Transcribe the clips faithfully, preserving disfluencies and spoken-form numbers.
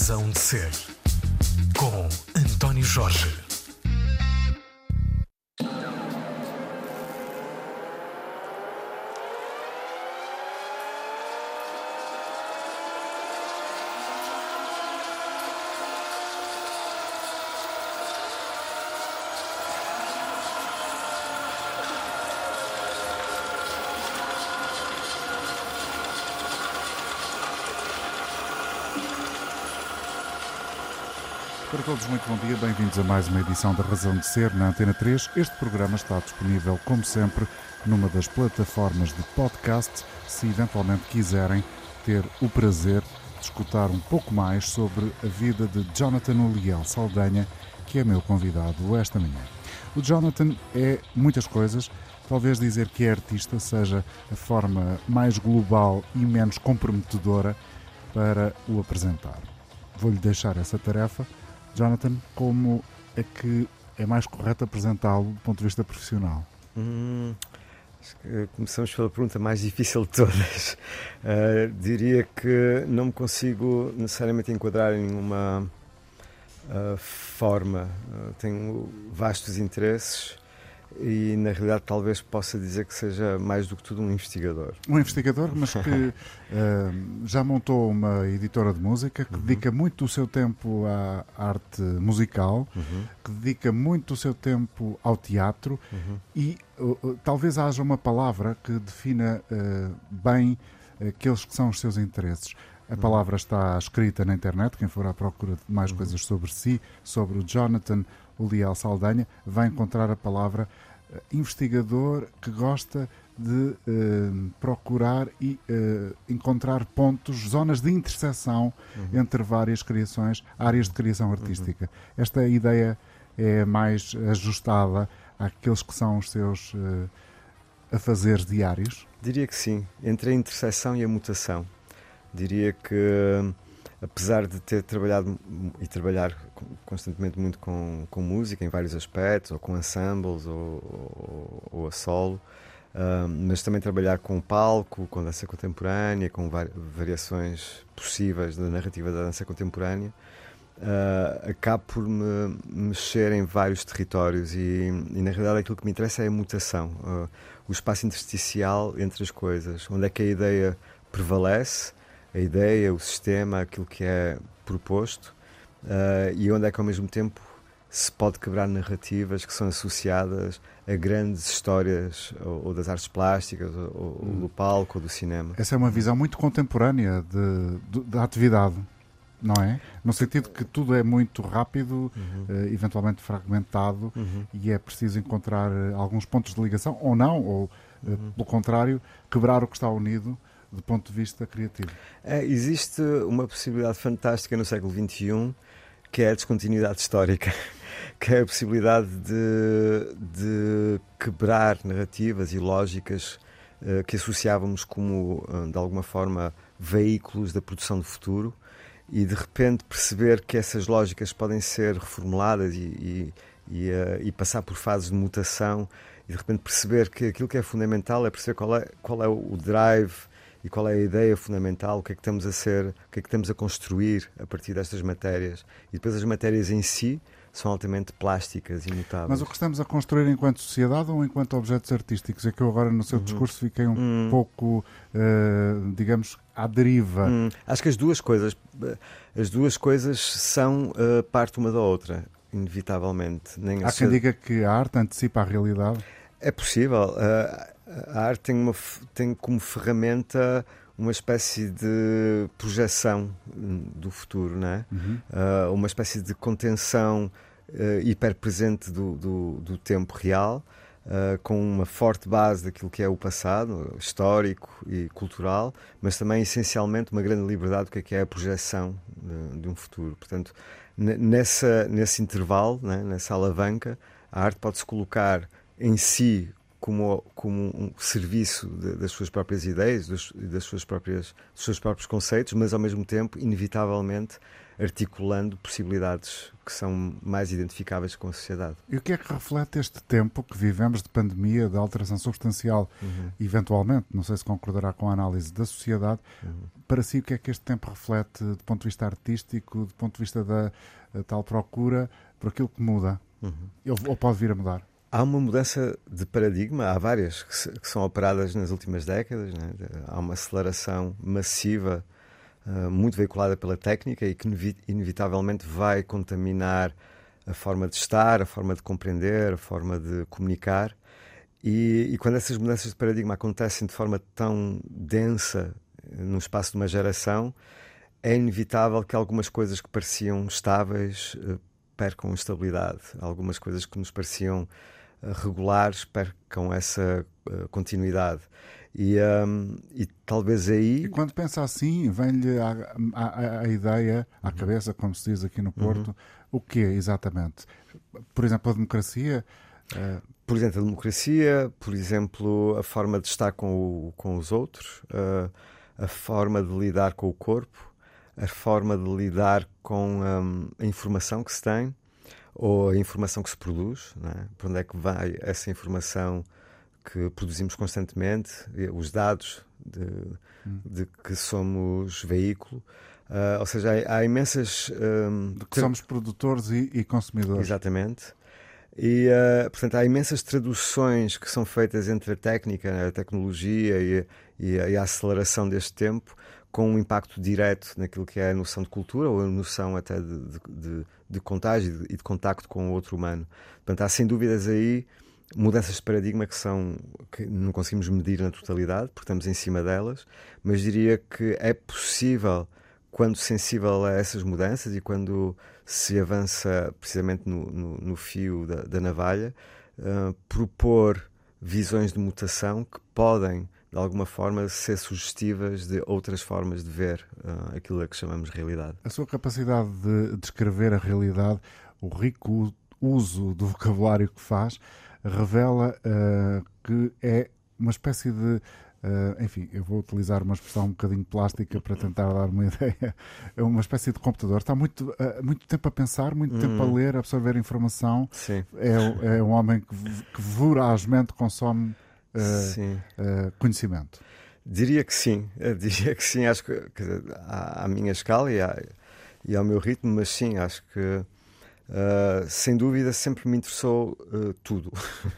Razão de Ser, com António Jorge. Para todos, muito bom dia, bem-vindos a mais uma edição da Razão de Ser na Antena três. Este programa está disponível, como sempre, numa das plataformas de podcast, se eventualmente quiserem ter o prazer de escutar um pouco mais sobre a vida de Jonathan Uliel Saldanha, que é meu convidado esta manhã. O Jonathan é muitas coisas, talvez dizer que é artista seja a forma mais global e menos comprometedora para o apresentar. Vou-lhe deixar essa tarefa. Jonathan, como é que é mais correto apresentá-lo do ponto de vista profissional? Hum, acho que começamos pela pergunta mais difícil de todas. Uh, diria que não me consigo necessariamente enquadrar em nenhuma uh, forma. Uh, tenho vastos interesses e, na realidade, talvez possa dizer que seja mais do que tudo um investigador. Um investigador, mas que uh, já montou uma editora de música, que uhum. dedica muito do seu tempo à arte musical, uhum. que dedica muito do seu tempo ao teatro uhum. e uh, talvez haja uma palavra que defina uh, bem aqueles que são os seus interesses. A uhum. palavra está escrita na internet, quem for à procura de mais uhum. coisas sobre si, sobre o Jonathan Uliel Saldanha, vai encontrar a palavra uh, investigador que gosta de uh, procurar e uh, encontrar pontos, zonas de interseção uhum. entre várias criações, áreas de criação artística. Uhum. Esta ideia é mais ajustada àqueles que são os seus uh, afazeres diários? Diria que sim, entre a interseção e a mutação. Diria que, apesar de ter trabalhado e trabalhar constantemente muito com, com música em vários aspectos, ou com ensembles, ou, ou, ou a solo, uh, mas também trabalhar com palco, com dança contemporânea, com var- variações possíveis da narrativa da dança contemporânea, uh, acabo por me mexer em vários territórios e, e, na realidade, aquilo que me interessa é a mutação, uh, o espaço intersticial entre as coisas, onde é que a ideia prevalece, a ideia, o sistema, aquilo que é proposto, uh, e onde é que ao mesmo tempo se pode quebrar narrativas que são associadas a grandes histórias ou, ou das artes plásticas, ou, ou do palco, ou do cinema. Essa é uma visão muito contemporânea de, de, da atividade, não é? No sentido que tudo é muito rápido, uhum. uh, eventualmente fragmentado, uhum. e é preciso encontrar uh, alguns pontos de ligação, ou não, ou, uh, uhum. pelo contrário, quebrar o que está unido do ponto de vista criativo. É, existe uma possibilidade fantástica no século vinte e um, que é a descontinuidade histórica, que é a possibilidade de, de quebrar narrativas e lógicas uh, que associávamos como, uh, de alguma forma, veículos da produção do futuro, e de repente perceber que essas lógicas podem ser reformuladas e, e, e, uh, e passar por fases de mutação, e de repente perceber que aquilo que é fundamental é perceber qual é, qual é o drive e qual é a ideia fundamental, o que é que estamos a ser, o que é que estamos a construir a partir destas matérias. E depois as matérias em si são altamente plásticas e mutáveis. Mas o que estamos a construir enquanto sociedade ou enquanto objetos artísticos? É que eu agora no seu uhum. discurso fiquei um uhum. pouco, uh, digamos, à deriva. Uhum. Acho que as duas coisas, as duas coisas são uh, parte uma da outra, inevitavelmente. Nem Há quem diga que a arte antecipa a realidade? É possível. Uh, a arte tem, uma, tem como ferramenta uma espécie de projeção do futuro, não é? Uhum. Uh, uma espécie de contenção uh, hiperpresente do, do, do tempo real, uh, com uma forte base daquilo que é o passado, histórico e cultural, mas também, essencialmente, uma grande liberdade do que é, que é a projeção de, de um futuro. Portanto, n- nessa, nesse intervalo, né, nessa alavanca, a arte pode-se colocar em si como, como um serviço de, das suas próprias ideias, dos, das suas próprias, dos seus próprios conceitos, mas ao mesmo tempo, inevitavelmente, articulando possibilidades que são mais identificáveis com a sociedade. E o que é que reflete este tempo que vivemos de pandemia, de alteração substancial, uhum. eventualmente, não sei se concordará com a análise da sociedade, uhum. para si o que é que este tempo reflete do ponto de vista artístico, do ponto de vista da tal procura, por aquilo que muda? Uhum. Ou, ou pode vir a mudar? Há uma mudança de paradigma, há várias que, se, que são operadas nas últimas décadas, né? Há uma aceleração massiva, uh, muito veiculada pela técnica e que inevitavelmente vai contaminar a forma de estar, a forma de compreender, a forma de comunicar. E, e quando essas mudanças de paradigma acontecem de forma tão densa no espaço de uma geração, é inevitável que algumas coisas que pareciam estáveis uh, percam estabilidade. Algumas coisas que nos pareciam regulares percam essa uh, continuidade e, um, e talvez aí... E quando pensa assim, vem-lhe a, a, a ideia à uhum. cabeça, como se diz aqui no Porto, uhum. o que é exatamente? Por exemplo, a democracia? Uh... Por exemplo, a democracia, por exemplo, a forma de estar com, o, com os outros, uh, a forma de lidar com o corpo, a forma de lidar com um, a informação que se tem, ou a informação que se produz, não é? Para onde é que vai essa informação que produzimos constantemente, os dados de, hum. de que somos veículo. Uh, ou seja, há, há imensas... Um, de que tra... somos produtores e, e consumidores. Exatamente. E, uh, portanto, há imensas traduções que são feitas entre a técnica, a tecnologia e a, e a, e a aceleração deste tempo, com um impacto direto naquilo que é a noção de cultura ou a noção até de, de, de, de contágio e de contacto com o outro humano. Portanto, há sem dúvidas aí mudanças de paradigma que são que não conseguimos medir na totalidade, porque estamos em cima delas, mas diria que é possível, quando sensível a essas mudanças e quando se avança precisamente no, no, no fio da, da navalha, uh, propor visões de mutação que podem de alguma forma ser sugestivas de outras formas de ver uh, aquilo a que chamamos realidade. A sua capacidade de descrever a realidade, o rico uso do vocabulário que faz, revela uh, que é uma espécie de... Uh, enfim, eu vou utilizar uma expressão um bocadinho plástica para tentar dar uma ideia. É uma espécie de computador. Está muito, uh, muito tempo a pensar, muito hum. tempo a ler, a absorver informação. Sim. É, é um homem que, que vorazmente consome Uh, uh, conhecimento. Diria que sim, eu diria que sim, acho que, que à, à minha escala e, à, e ao meu ritmo, mas sim, acho que uh, sem dúvida sempre me interessou uh, tudo.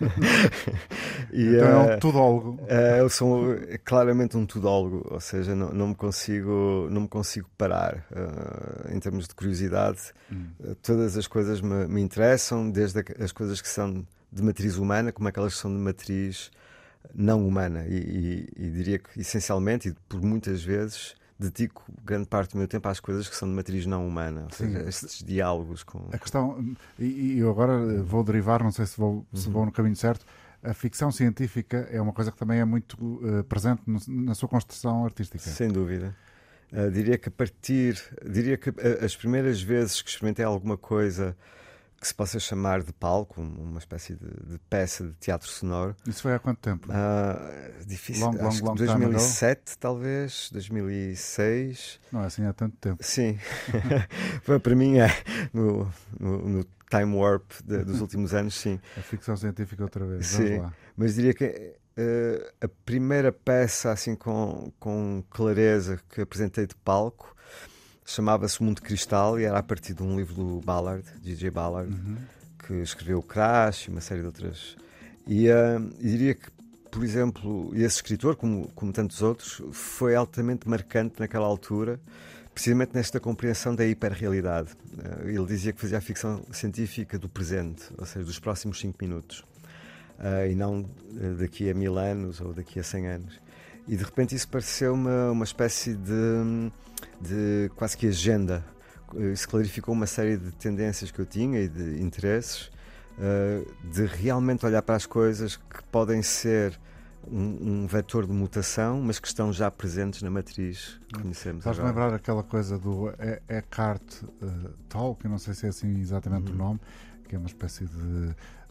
e, então uh, é um tudólogo. Uh, eu sou claramente um tudólogo, ou seja, não, não, me, consigo, não me consigo parar. Uh, em termos de curiosidade, hum. uh, todas as coisas me, me interessam, desde as coisas que são de matriz humana, como aquelas que são de matriz não humana e, e, e diria que essencialmente e por muitas vezes dedico grande parte do meu tempo às coisas que são de matriz não humana, ou seja, estes diálogos com... A questão, e eu agora vou derivar, não sei se vou, se uhum. vou no caminho certo, a ficção científica é uma coisa que também é muito uh, presente no, na sua construção artística. Sem dúvida. Uh, diria que a partir, diria que as primeiras vezes que experimentei alguma coisa que se possa chamar de palco, uma espécie de, de peça de teatro sonoro. Isso foi há quanto tempo? Uh, difícil, long, long, acho long que dois mil e sete, talvez, dois mil e seis. Não é assim há tanto tempo. Sim, para mim é no, no, no time warp de, dos últimos anos, sim. A ficção científica outra vez, sim, vamos lá. Mas diria que uh, a primeira peça assim com, com clareza que apresentei de palco chamava-se Mundo Cristal e era a partir de um livro do Ballard, D J Ballard, uhum. que escreveu Crash e uma série de outras. E, uh, e diria que, por exemplo, esse escritor, como, como tantos outros, foi altamente marcante naquela altura, precisamente nesta compreensão da hiperrealidade. Uh, ele dizia que fazia a ficção científica do presente, ou seja, dos próximos cinco minutos, uh, e não uh, daqui a mil anos ou daqui a cem anos. E de repente isso pareceu uma, uma espécie de, de quase que agenda. Isso clarificou uma série de tendências que eu tinha e de interesses, uh, de realmente olhar para as coisas que podem ser um, um vetor de mutação, mas que estão já presentes na matriz que conhecemos. Estás a lembrar aquela coisa do Eckhart uh, Tolle, que eu não sei se é assim exatamente uhum. o nome, que é uma espécie de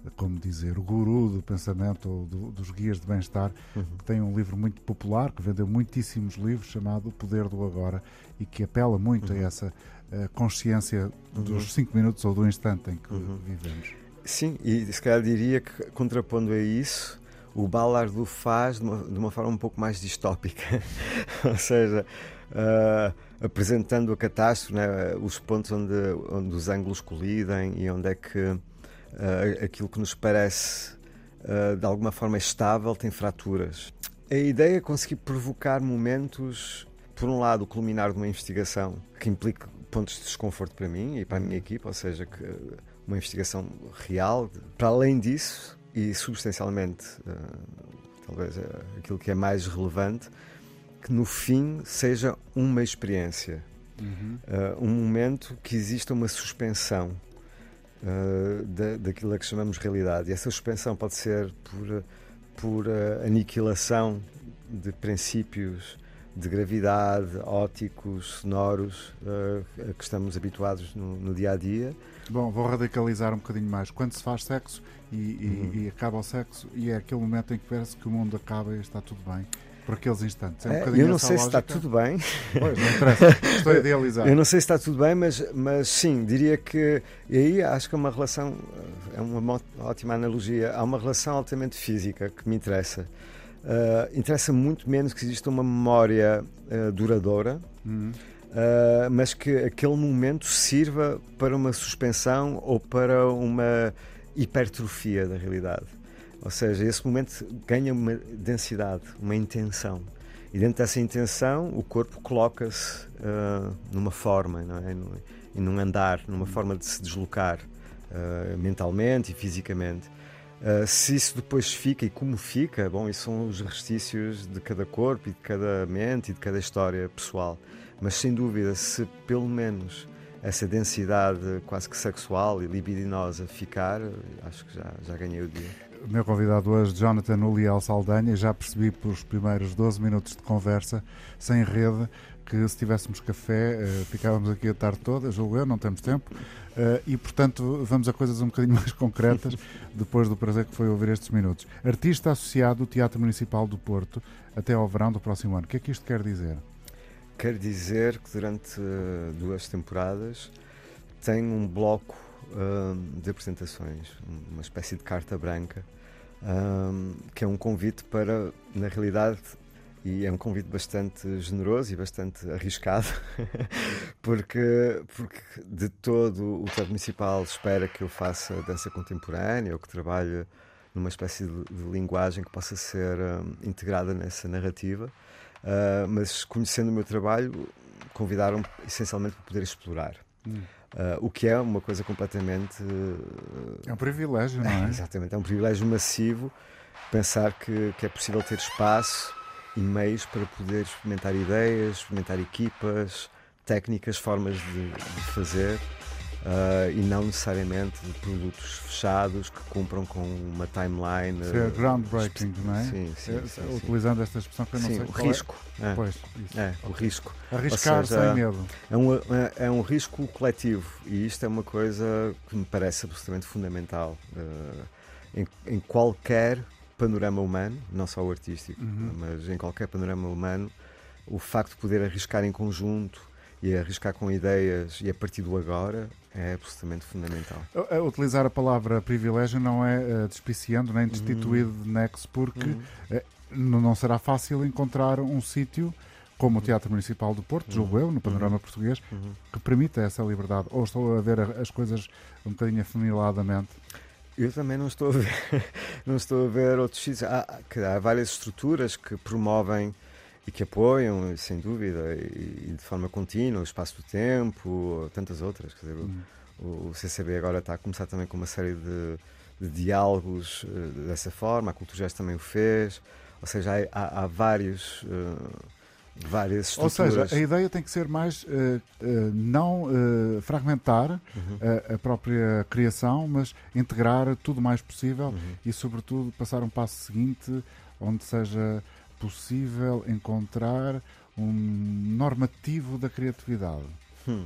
como dizer, o guru do pensamento ou do, dos guias de bem-estar, uhum. que tem um livro muito popular, que vendeu muitíssimos livros, chamado O Poder do Agora, e que apela muito uhum. a essa uh, consciência uhum. dos cinco minutos ou do instante em que uhum. vivemos. Sim, e se calhar diria que, contrapondo a isso, o Ballard o faz de uma, de uma forma um pouco mais distópica, ou seja, uh, apresentando a catástrofe, né, os pontos onde, onde os ângulos colidem e onde é que uh, aquilo que nos parece uh, de alguma forma estável tem fraturas. A ideia é conseguir provocar momentos, por um lado, o culminar de uma investigação que implique pontos de desconforto para mim e para a minha equipa, ou seja, que uma investigação real. Para além disso, e substancialmente, uh, talvez uh, aquilo que é mais relevante, que no fim seja uma experiência, uhum. uh, um momento que exista uma suspensão uh, da, daquilo a que chamamos realidade. E essa suspensão pode ser por, por uh, aniquilação de princípios de gravidade, ópticos, sonoros, uh, a que estamos habituados no, no dia-a-dia. Bom, vou radicalizar um bocadinho mais. Quando se faz sexo e, e, uhum. e acaba o sexo, e é aquele momento em que parece que o mundo acaba e está tudo bem, por aqueles instantes. É um é, eu não sei se está tudo bem. Pois, não interessa. Estou a idealizar. Eu não sei se está tudo bem, mas, mas sim, diria que... E aí acho que é uma relação... É uma ótima analogia. Há uma relação altamente física que me interessa. Uh, interessa muito menos que exista uma memória uh, duradoura, uhum. uh, mas que aquele momento sirva para uma suspensão ou para uma hipertrofia da realidade. Ou seja, esse momento ganha uma densidade, uma intenção. E dentro dessa intenção, o corpo coloca-se uh, numa forma, não é? E num andar, numa forma de se deslocar uh, mentalmente e fisicamente. Uh, se isso depois fica e como fica, bom, isso são os restícios de cada corpo e de cada mente e de cada história pessoal. Mas sem dúvida, se pelo menos essa densidade quase que sexual e libidinosa ficar, acho que já, já ganhei o dia. O meu convidado hoje, Jonathan Uliel Saldanha, já percebi pelos primeiros doze minutos de conversa, sem rede, que se tivéssemos café uh, ficávamos aqui a tarde toda, julgo eu, não temos tempo, uh, e portanto vamos a coisas um bocadinho mais concretas, depois do prazer que foi ouvir estes minutos. Artista associado do Teatro Municipal do Porto até ao verão do próximo ano. O que é que isto quer dizer? Quer dizer que durante uh, duas temporadas tenho um bloco uh, de apresentações, uma espécie de carta branca, um, que é um convite para, na realidade, e é um convite bastante generoso e bastante arriscado, porque, porque de todo o Teatro Municipal espera que eu faça dança contemporânea ou que trabalhe numa espécie de, de linguagem que possa ser um, integrada nessa narrativa, uh, mas conhecendo o meu trabalho, convidaram-me essencialmente para poder explorar. Hum. Uh, o que é uma coisa completamente... Uh, é um privilégio, não é? é? Exatamente, é um privilégio massivo pensar que, que é possível ter espaço e meios para poder experimentar ideias, experimentar equipas, técnicas, formas de, de fazer uh, e não necessariamente de produtos fechados que cumpram com uma timeline. Isso é groundbreaking, uh, não é? Sim, sim. é sim, utilizando sim. esta expressão que eu não sim, sei o qual risco. É. É. Pois, isso. É, o risco. Arriscar seja, sem medo. É um, é um risco coletivo e isto é uma coisa que me parece absolutamente fundamental uh, em, em qualquer panorama humano, não só o artístico, uhum. mas em qualquer panorama humano, o facto de poder arriscar em conjunto e arriscar com ideias e a partir do agora é absolutamente fundamental. Utilizar a palavra privilégio não é uh, despiciando nem destituído uhum. de nexo, porque uhum. uh, não será fácil encontrar um sítio como o Teatro Municipal do Porto, julgo uhum. eu, no panorama uhum. português, uhum. que permita essa liberdade. Ou estou a ver as coisas um bocadinho afuniladamente? Eu também não estou a ver, não estou a ver outros sítios. Há, há várias estruturas que promovem e que apoiam, sem dúvida, e, e de forma contínua, o Espaço do Tempo, tantas outras. Quer dizer, hum. o, o C C B agora está a começar também com uma série de, de diálogos uh, dessa forma, a Culturgest também o fez, ou seja, há, há, há vários... Uh, várias estruturas. Ou seja, a ideia tem que ser mais uh, uh, não uh, fragmentar uhum. a, a própria criação, mas integrar tudo o mais possível uhum. e, sobretudo, passar um passo seguinte onde seja possível encontrar um normativo da criatividade. Hum.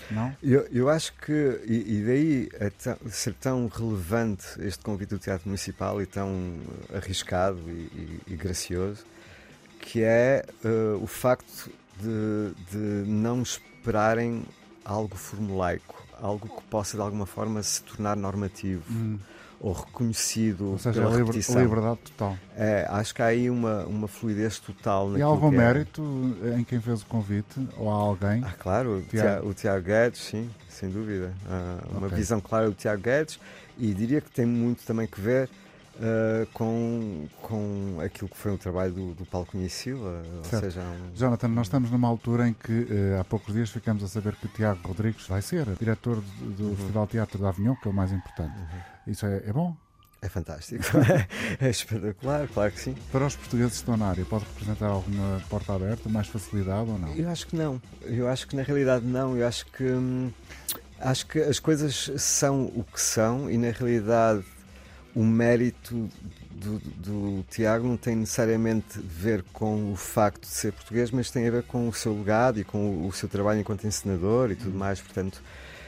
Não? Eu, eu acho que, e, e daí é tão, ser tão relevante este convite do Teatro Municipal e tão arriscado e, e, e gracioso, que é uh, o facto de, de não esperarem algo formulaico, algo que possa de alguma forma se tornar normativo. Hum. Ou reconhecido. Ou seja, pela a repetição. liberdade total. É, acho que há aí uma, uma fluidez total. E há algum que mérito é... em quem fez o convite? Ou há alguém? Ah, claro, o Tiago, o Tiago Guedes, sim, sem dúvida. Ah, uma okay. visão clara do Tiago Guedes, e diria que tem muito também que ver uh, com, com aquilo que foi o trabalho do, do Paulo Cunha e Silva. Ou seja, um... Jonathan, nós estamos numa altura em que uh, há poucos dias ficamos a saber que o Tiago Rodrigues vai ser diretor do, do uhum. Festival Teatro de Avignon, que é o mais importante. Uhum. Isso é, é bom? É fantástico, é espetacular, claro que sim. Para os portugueses que estão na área, pode representar alguma porta aberta, mais facilidade ou não? Eu acho que não, eu acho que na realidade não, eu acho que hum, acho que as coisas são o que são e na realidade o mérito do, do Tiago não tem necessariamente a ver com o facto de ser português, mas tem a ver com o seu legado e com o, o seu trabalho enquanto encenador e tudo mais, portanto...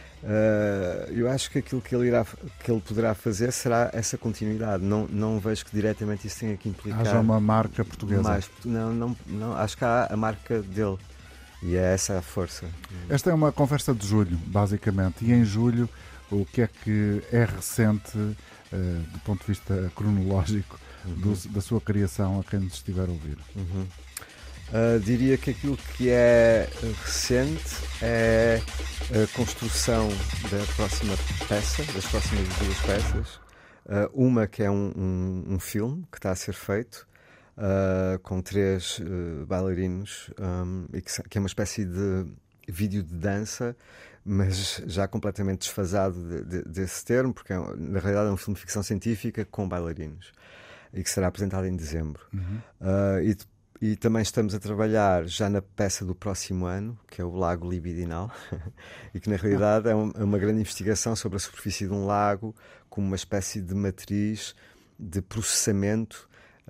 Uh, eu acho que aquilo que ele, irá, que ele poderá fazer será essa continuidade. Não, não vejo que diretamente isso tenha que implicar. Haja uma marca portuguesa. Mais, não, não, não, acho que há a marca dele e é essa a força. Esta é uma conversa de julho, basicamente. E em julho, o que é que é recente, uh, do ponto de vista cronológico, uhum. do, da sua criação a quem nos estiver a ouvir? Uhum. Uh, diria que aquilo que é recente é a construção da próxima peça, das próximas duas peças. Uh, uma que é um, um, um filme que está a ser feito uh, com três uh, bailarinos um, e que, que é uma espécie de vídeo de dança, mas já completamente desfasado de, de, desse termo, porque é, na realidade é um filme de ficção científica com bailarinos e que será apresentado em dezembro. Uhum. Uh, e E também estamos a trabalhar já na peça do próximo ano, que é o Lago Libidinal, e que na realidade é uma grande investigação sobre a superfície de um lago como uma espécie de matriz de processamento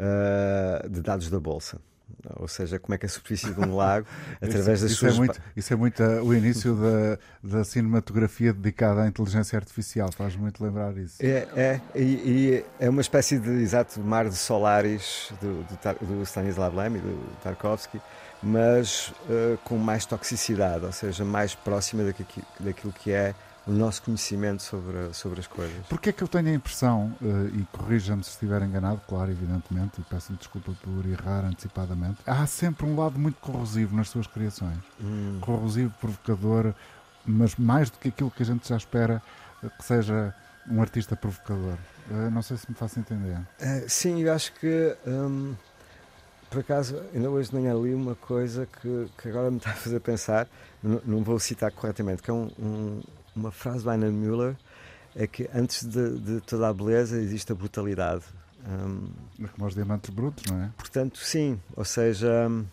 uh, de dados da Bolsa. Ou seja, como é que a superfície de um lago, através das isso, suas... É muito, isso é muito uh, o início da, da cinematografia dedicada à inteligência artificial, faz muito lembrar isso. É, é, e, e é uma espécie de, exato, mar de Solaris do, do, do Stanislav Lem e do Tarkovsky, mas uh, com mais toxicidade, ou seja, mais próxima daquilo, daquilo que é o nosso conhecimento sobre, sobre as coisas. Porque é que eu tenho a impressão, uh, e corrija-me se estiver enganado, claro, evidentemente, e peço-lhe desculpa por errar antecipadamente, há sempre um lado muito corrosivo nas suas criações. Hum. Corrosivo, provocador, mas mais do que aquilo que a gente já espera uh, que seja um artista provocador. Uh, não sei se me faço entender. Uh, sim, eu acho que... Um... Por acaso, ainda hoje de manhã li uma coisa que, que agora me está a fazer pensar, não, não vou citar corretamente, que é um, um, uma frase do Heinemann Müller, é que antes de, de toda a beleza existe a brutalidade. Um, é como os diamantes brutos, não é? Portanto, sim, ou seja, um, uh,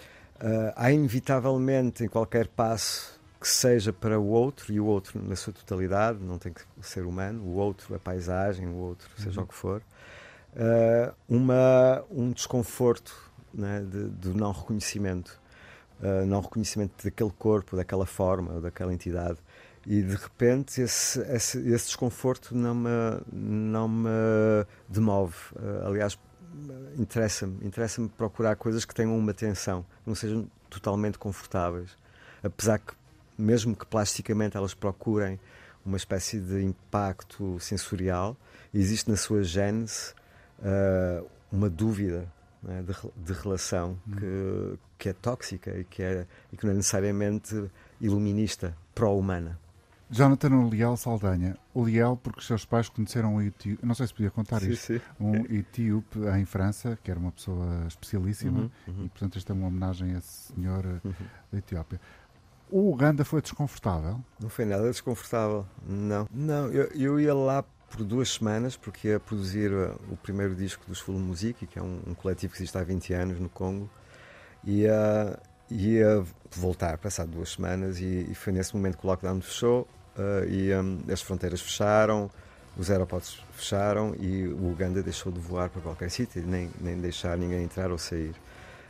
há inevitavelmente em qualquer passo que seja para o outro, e o outro na sua totalidade, não tem que ser humano, o outro, a paisagem, o outro, seja uhum. o que for, uh, uma, um desconforto, né, de, do não reconhecimento, uh, não reconhecimento daquele corpo, daquela forma, daquela entidade, e de repente esse, esse, esse desconforto não me, não me demove. Uh, aliás, interessa-me, interessa-me procurar coisas que tenham uma tensão, não sejam totalmente confortáveis, apesar que mesmo que plasticamente elas procurem uma espécie de impacto sensorial, existe na sua gênese uh, uma dúvida, né, de, de relação hum. que, que é tóxica e que, é, e que não é necessariamente iluminista, pró-humana. Jonathan Uliel Saldanha. Uliel porque os seus pais conheceram um etíope, não sei se podia contar sim, isto, sim. um etíope em França, que era uma pessoa especialíssima, uhum, uhum. e portanto esta é uma homenagem a esse senhor uhum. da Etiópia. O Uganda foi desconfortável? Não foi nada desconfortável, não. Não, eu, eu ia lá por duas semanas, porque ia produzir uh, o primeiro disco dos Full Music, que é um, um coletivo que existe há vinte anos no Congo, e uh, ia voltar, passar duas semanas, e, e foi nesse momento que o lockdown fechou, uh, e um, as fronteiras fecharam, os aeroportos fecharam, e o Uganda deixou de voar para qualquer sítio, nem, nem deixar ninguém entrar ou sair.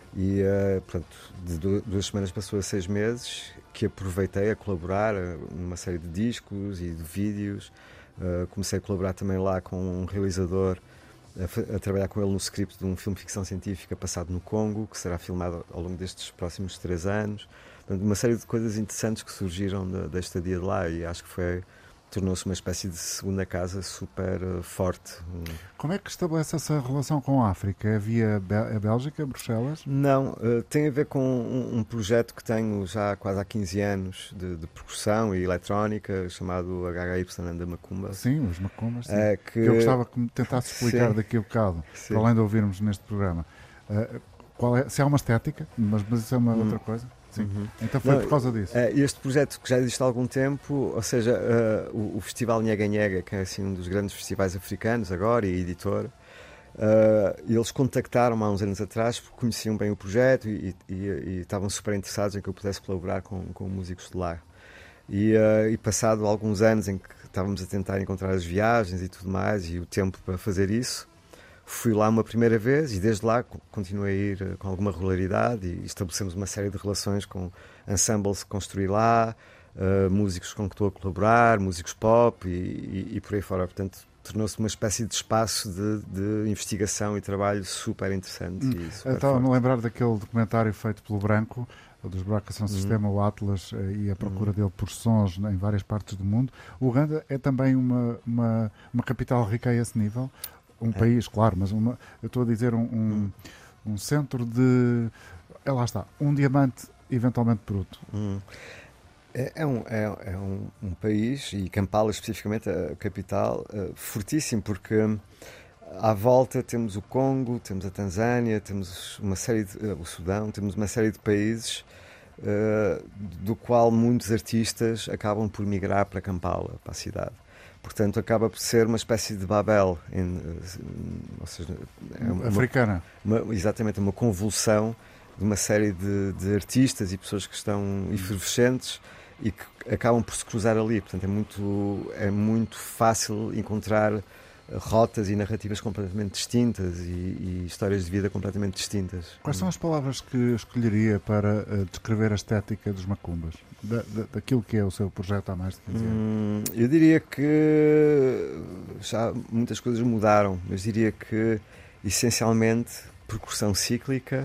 E, uh, portanto, de duas semanas passou a seis meses, que aproveitei a colaborar numa série de discos e de vídeos. Uh, comecei a colaborar também lá com um realizador, a, a trabalhar com ele no script de um filme de ficção científica passado no Congo, que será filmado ao longo destes próximos três anos. Portanto, uma série de coisas interessantes que surgiram da, da estadia de lá, e acho que foi... tornou-se uma espécie de segunda casa super uh, forte. Como é que estabelece essa relação com a África? É via a Bélgica, Bruxelas? Não, uh, tem a ver com um, um projeto que tenho já quase há quinze anos de, de percussão e eletrónica, chamado H H Y Anda Macumba. Sim, os Macumbas. Sim. É que... que eu gostava que me tentasse explicar sim. daqui a bocado, Sim. para além de ouvirmos neste programa. Uh, qual é, se há uma estética, mas, mas isso é uma hum. outra coisa. Sim. Uhum. Então foi Não, por causa disso. Este projeto que já existe há algum tempo, ou seja, uh, o, o Festival Nhega Nhega, que é assim, um dos grandes festivais africanos agora, e editor, uh, eles contactaram-me há uns anos atrás porque conheciam bem o projeto e, e, e estavam super interessados em que eu pudesse colaborar com, com músicos de lá. E, uh, e passado alguns anos em que estávamos a tentar encontrar as viagens e tudo mais, e o tempo para fazer isso, fui lá uma primeira vez e desde lá continuei a ir com alguma regularidade e estabelecemos uma série de relações com ensembles que construí lá, uh, músicos com que estou a colaborar, músicos pop e, e, e por aí fora. Portanto, tornou-se uma espécie de espaço de, de investigação e trabalho super interessante. Hum. E super Estava-me a forte. lembrar daquele documentário feito pelo Branco, dos Braca Sound System, o Atlas, e a procura dele por sons em várias partes do mundo. O Uganda é também uma, uma, uma capital rica a esse nível. Um é. país, claro, mas uma, eu estou a dizer um, um, hum. um centro de... É, lá está, um diamante eventualmente bruto. Hum. É, é, um, é, é um, um país, e Kampala especificamente, a capital, uh, fortíssimo, porque um, à volta temos o Congo, temos a Tanzânia, temos uma série de, uh, o Sudão, temos uma série de países uh, do qual muitos artistas acabam por migrar para Kampala, para a cidade. Portanto, acaba por ser uma espécie de Babel, em, ou seja, é uma, africana. Uma, exatamente, uma convulsão de uma série de, de artistas e pessoas que estão efervescentes e que acabam por se cruzar ali. Portanto, é muito, é muito fácil encontrar rotas e narrativas completamente distintas e, e histórias de vida completamente distintas. Quais são as palavras que escolheria para uh, descrever a estética dos Macumbas? Da, da, daquilo que é o seu projeto há mais de quinze anos? Hum, eu diria que já muitas coisas mudaram, mas diria que essencialmente percussão cíclica.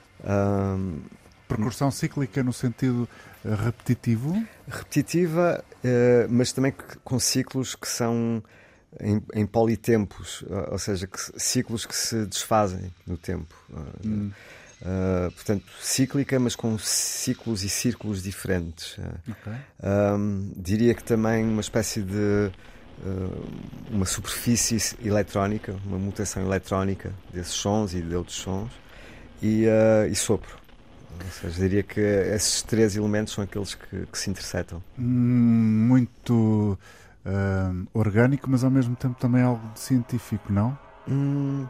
Hum, percussão cíclica no sentido uh, repetitivo? Repetitiva, uh, mas também com ciclos que são Em, em politempos, ou seja, que, ciclos que se desfazem no tempo. Hum. Uh, portanto, cíclica, mas com ciclos e círculos diferentes. Okay. Um, diria que também uma espécie de uh, uma superfície eletrónica, uma mutação eletrónica desses sons e de outros sons, e, uh, e sopro. Ou seja, diria que esses três elementos são aqueles que, que se intersetam. Hum, muito... Uh, orgânico, mas ao mesmo tempo também algo de científico, não? Hum,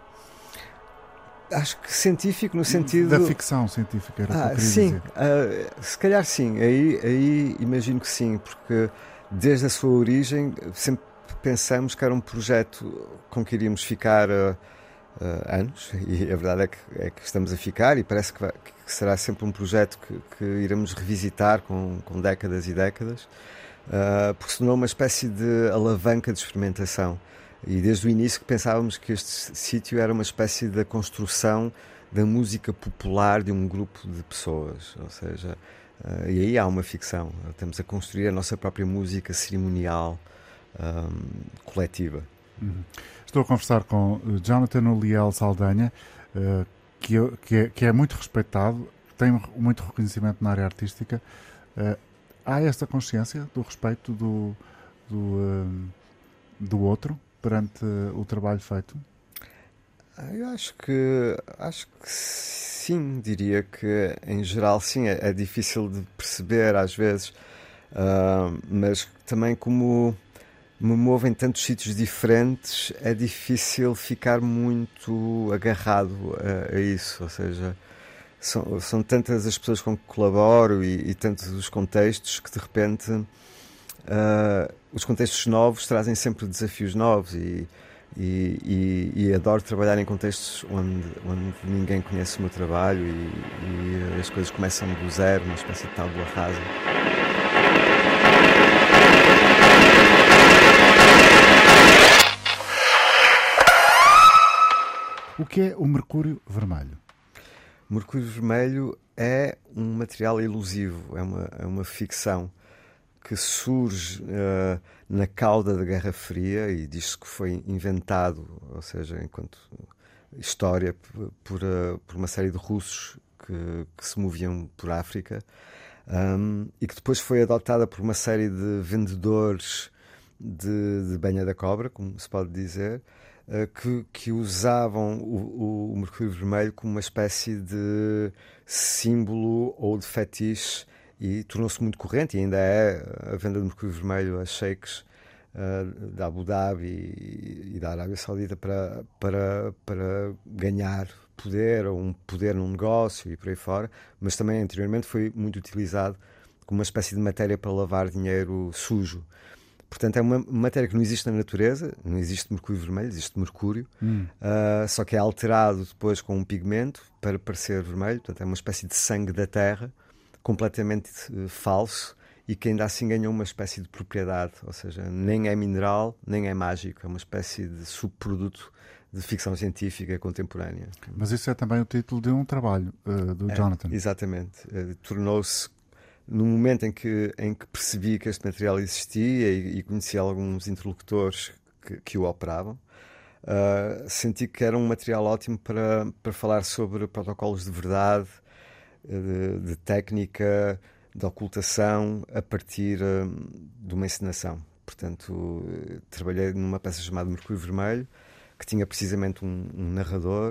acho que científico no sentido... Da ficção científica, era o ah, que eu queria sim, dizer. Uh, se calhar sim, aí, aí imagino que sim, porque desde a sua origem sempre pensamos que era um projeto com que iríamos ficar uh, uh, anos, e a verdade é que, é que estamos a ficar, e parece que, vai, que será sempre um projeto que, que iremos revisitar com, com décadas e décadas. Uh, porque se tornou uma espécie de alavanca de experimentação, e desde o início que pensávamos que este sítio era uma espécie da construção da música popular de um grupo de pessoas, ou seja, uh, e aí há uma ficção, estamos a construir a nossa própria música cerimonial um, coletiva. Uhum. Estou a conversar com Jonathan Uliel Saldanha, uh, que, eu, que, é, que é muito respeitado, tem muito reconhecimento na área artística. uh, Há esta consciência do respeito do, do, um, do outro perante uh, o trabalho feito? Eu acho que, acho que sim, diria que em geral sim, é, é difícil de perceber às vezes, uh, mas também como me movo em tantos sítios diferentes, é difícil ficar muito agarrado a, a isso, ou seja... São, são tantas as pessoas com que colaboro e, e tantos os contextos que de repente uh, os contextos novos trazem sempre desafios novos e, E, e, e adoro trabalhar em contextos onde, onde ninguém conhece o meu trabalho e, e as coisas começam do zero, uma espécie de tábua rasa. O que é o mercúrio vermelho? O mercúrio vermelho é um material elusivo, é uma, é uma ficção que surge uh, na cauda da Guerra Fria e diz-se que foi inventado, ou seja, enquanto história, por, uh, por uma série de russos que, que se moviam por África, um, e que depois foi adotada por uma série de vendedores de, de banha da cobra, como se pode dizer, uh, que, que usavam o, o, o mercúrio vermelho como uma espécie de símbolo ou de fetiche. E tornou-se muito corrente, e ainda é a venda de mercúrio vermelho a sheiks uh, da Abu Dhabi e, e da Arábia Saudita para, para, para ganhar poder, ou um poder num negócio e por aí fora, mas também anteriormente foi muito utilizado como uma espécie de matéria para lavar dinheiro sujo. Portanto, é uma matéria que não existe na natureza, não existe mercúrio vermelho, existe mercúrio, hum. uh, só que é alterado depois com um pigmento para parecer vermelho, portanto é uma espécie de sangue da terra, completamente uh, falso, e que ainda assim ganhou uma espécie de propriedade, ou seja, nem é mineral, nem é mágico, é uma espécie de subproduto de ficção científica contemporânea. Mas isso é também o título de um trabalho uh, do é, Jonathan. Exatamente. Uh, tornou-se, no momento em que, em que percebi que este material existia e, e conheci alguns interlocutores que, que o operavam, uh, senti que era um material ótimo para, para falar sobre protocolos de verdade, De, de técnica, de ocultação a partir um, de uma encenação. Portanto, trabalhei numa peça chamada Mercúrio Vermelho, que tinha precisamente um, um narrador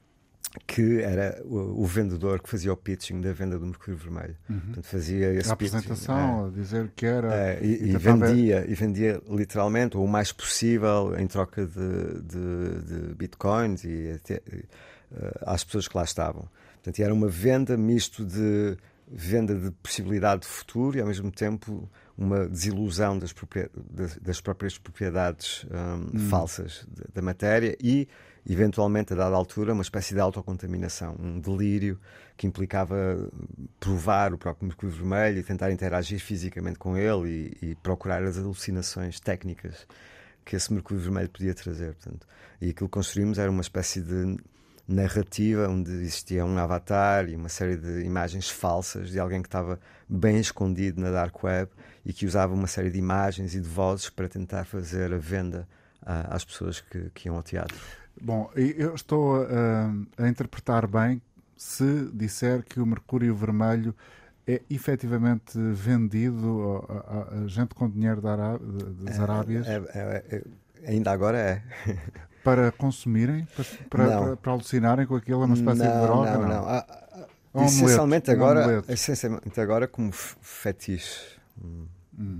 que era o, o vendedor que fazia o pitching da venda do Mercúrio Vermelho. Uhum. Portanto, fazia esse a apresentação, pitching, é, a dizer que era... É, e, e, e vendia, e vendia literalmente, ou o mais possível, em troca de, de, de bitcoins e até, uh, às pessoas que lá estavam. Portanto, era uma venda misto de venda de possibilidade de futuro e, ao mesmo tempo, uma desilusão das, das, das próprias propriedades um, hum. falsas da matéria e, eventualmente, a dada altura, uma espécie de autocontaminação, um delírio que implicava provar o próprio mercúrio vermelho e tentar interagir fisicamente com ele e, e procurar as alucinações técnicas que esse mercúrio vermelho podia trazer. Portanto, e aquilo que construímos era uma espécie de narrativa onde existia um avatar e uma série de imagens falsas de alguém que estava bem escondido na dark web e que usava uma série de imagens e de vozes para tentar fazer a venda uh, às pessoas que, que iam ao teatro. Bom, eu estou a, a interpretar bem se disser que o mercúrio vermelho é efetivamente vendido a, a, a gente com dinheiro da Ará... das Arábias? É, é, é, ainda agora é. Para consumirem? Para, para, para, para alucinarem com aquilo, uma espécie não, de droga? Não, não, não. Ah, um essencialmente, omelete, agora, um essencialmente agora como fetiche. Hum.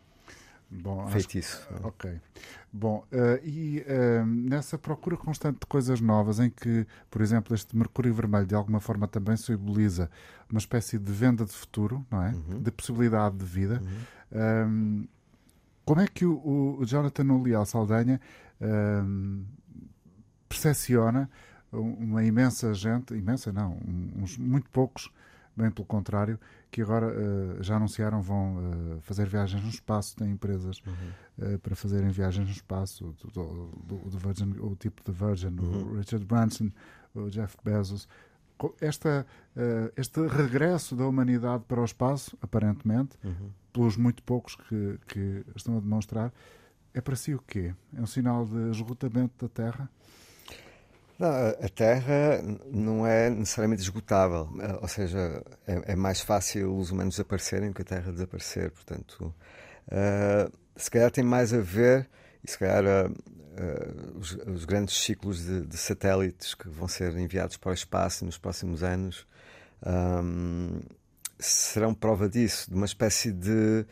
Bom, feitiço. Acho, ok. Bom, uh, e uh, nessa procura constante de coisas novas, em que, por exemplo, este mercúrio vermelho de alguma forma também simboliza uma espécie de venda de futuro, não é? Uhum. De possibilidade de vida. Uhum. Um, como é que o, o Jonathan Leal Saldanha um, percepciona uma imensa gente, imensa não, uns muito poucos, bem pelo contrário, que agora uh, já anunciaram vão uh, fazer viagens no espaço, têm empresas uhum. uh, para fazerem viagens no espaço, do, do, do Virgin, o tipo de Virgin, uhum. o Richard Branson, o Jeff Bezos. Esta, uh, este regresso da humanidade para o espaço, aparentemente, uhum. pelos muito poucos que, que estão a demonstrar, é para si o quê? É um sinal de esgotamento da Terra? Não, a Terra não é necessariamente esgotável, ou seja, é, é mais fácil os humanos desaparecerem do que a Terra desaparecer, portanto, uh, se calhar tem mais a ver, e se calhar uh, uh, os, os grandes ciclos de, de satélites que vão ser enviados para o espaço nos próximos anos um, serão prova disso, de uma espécie de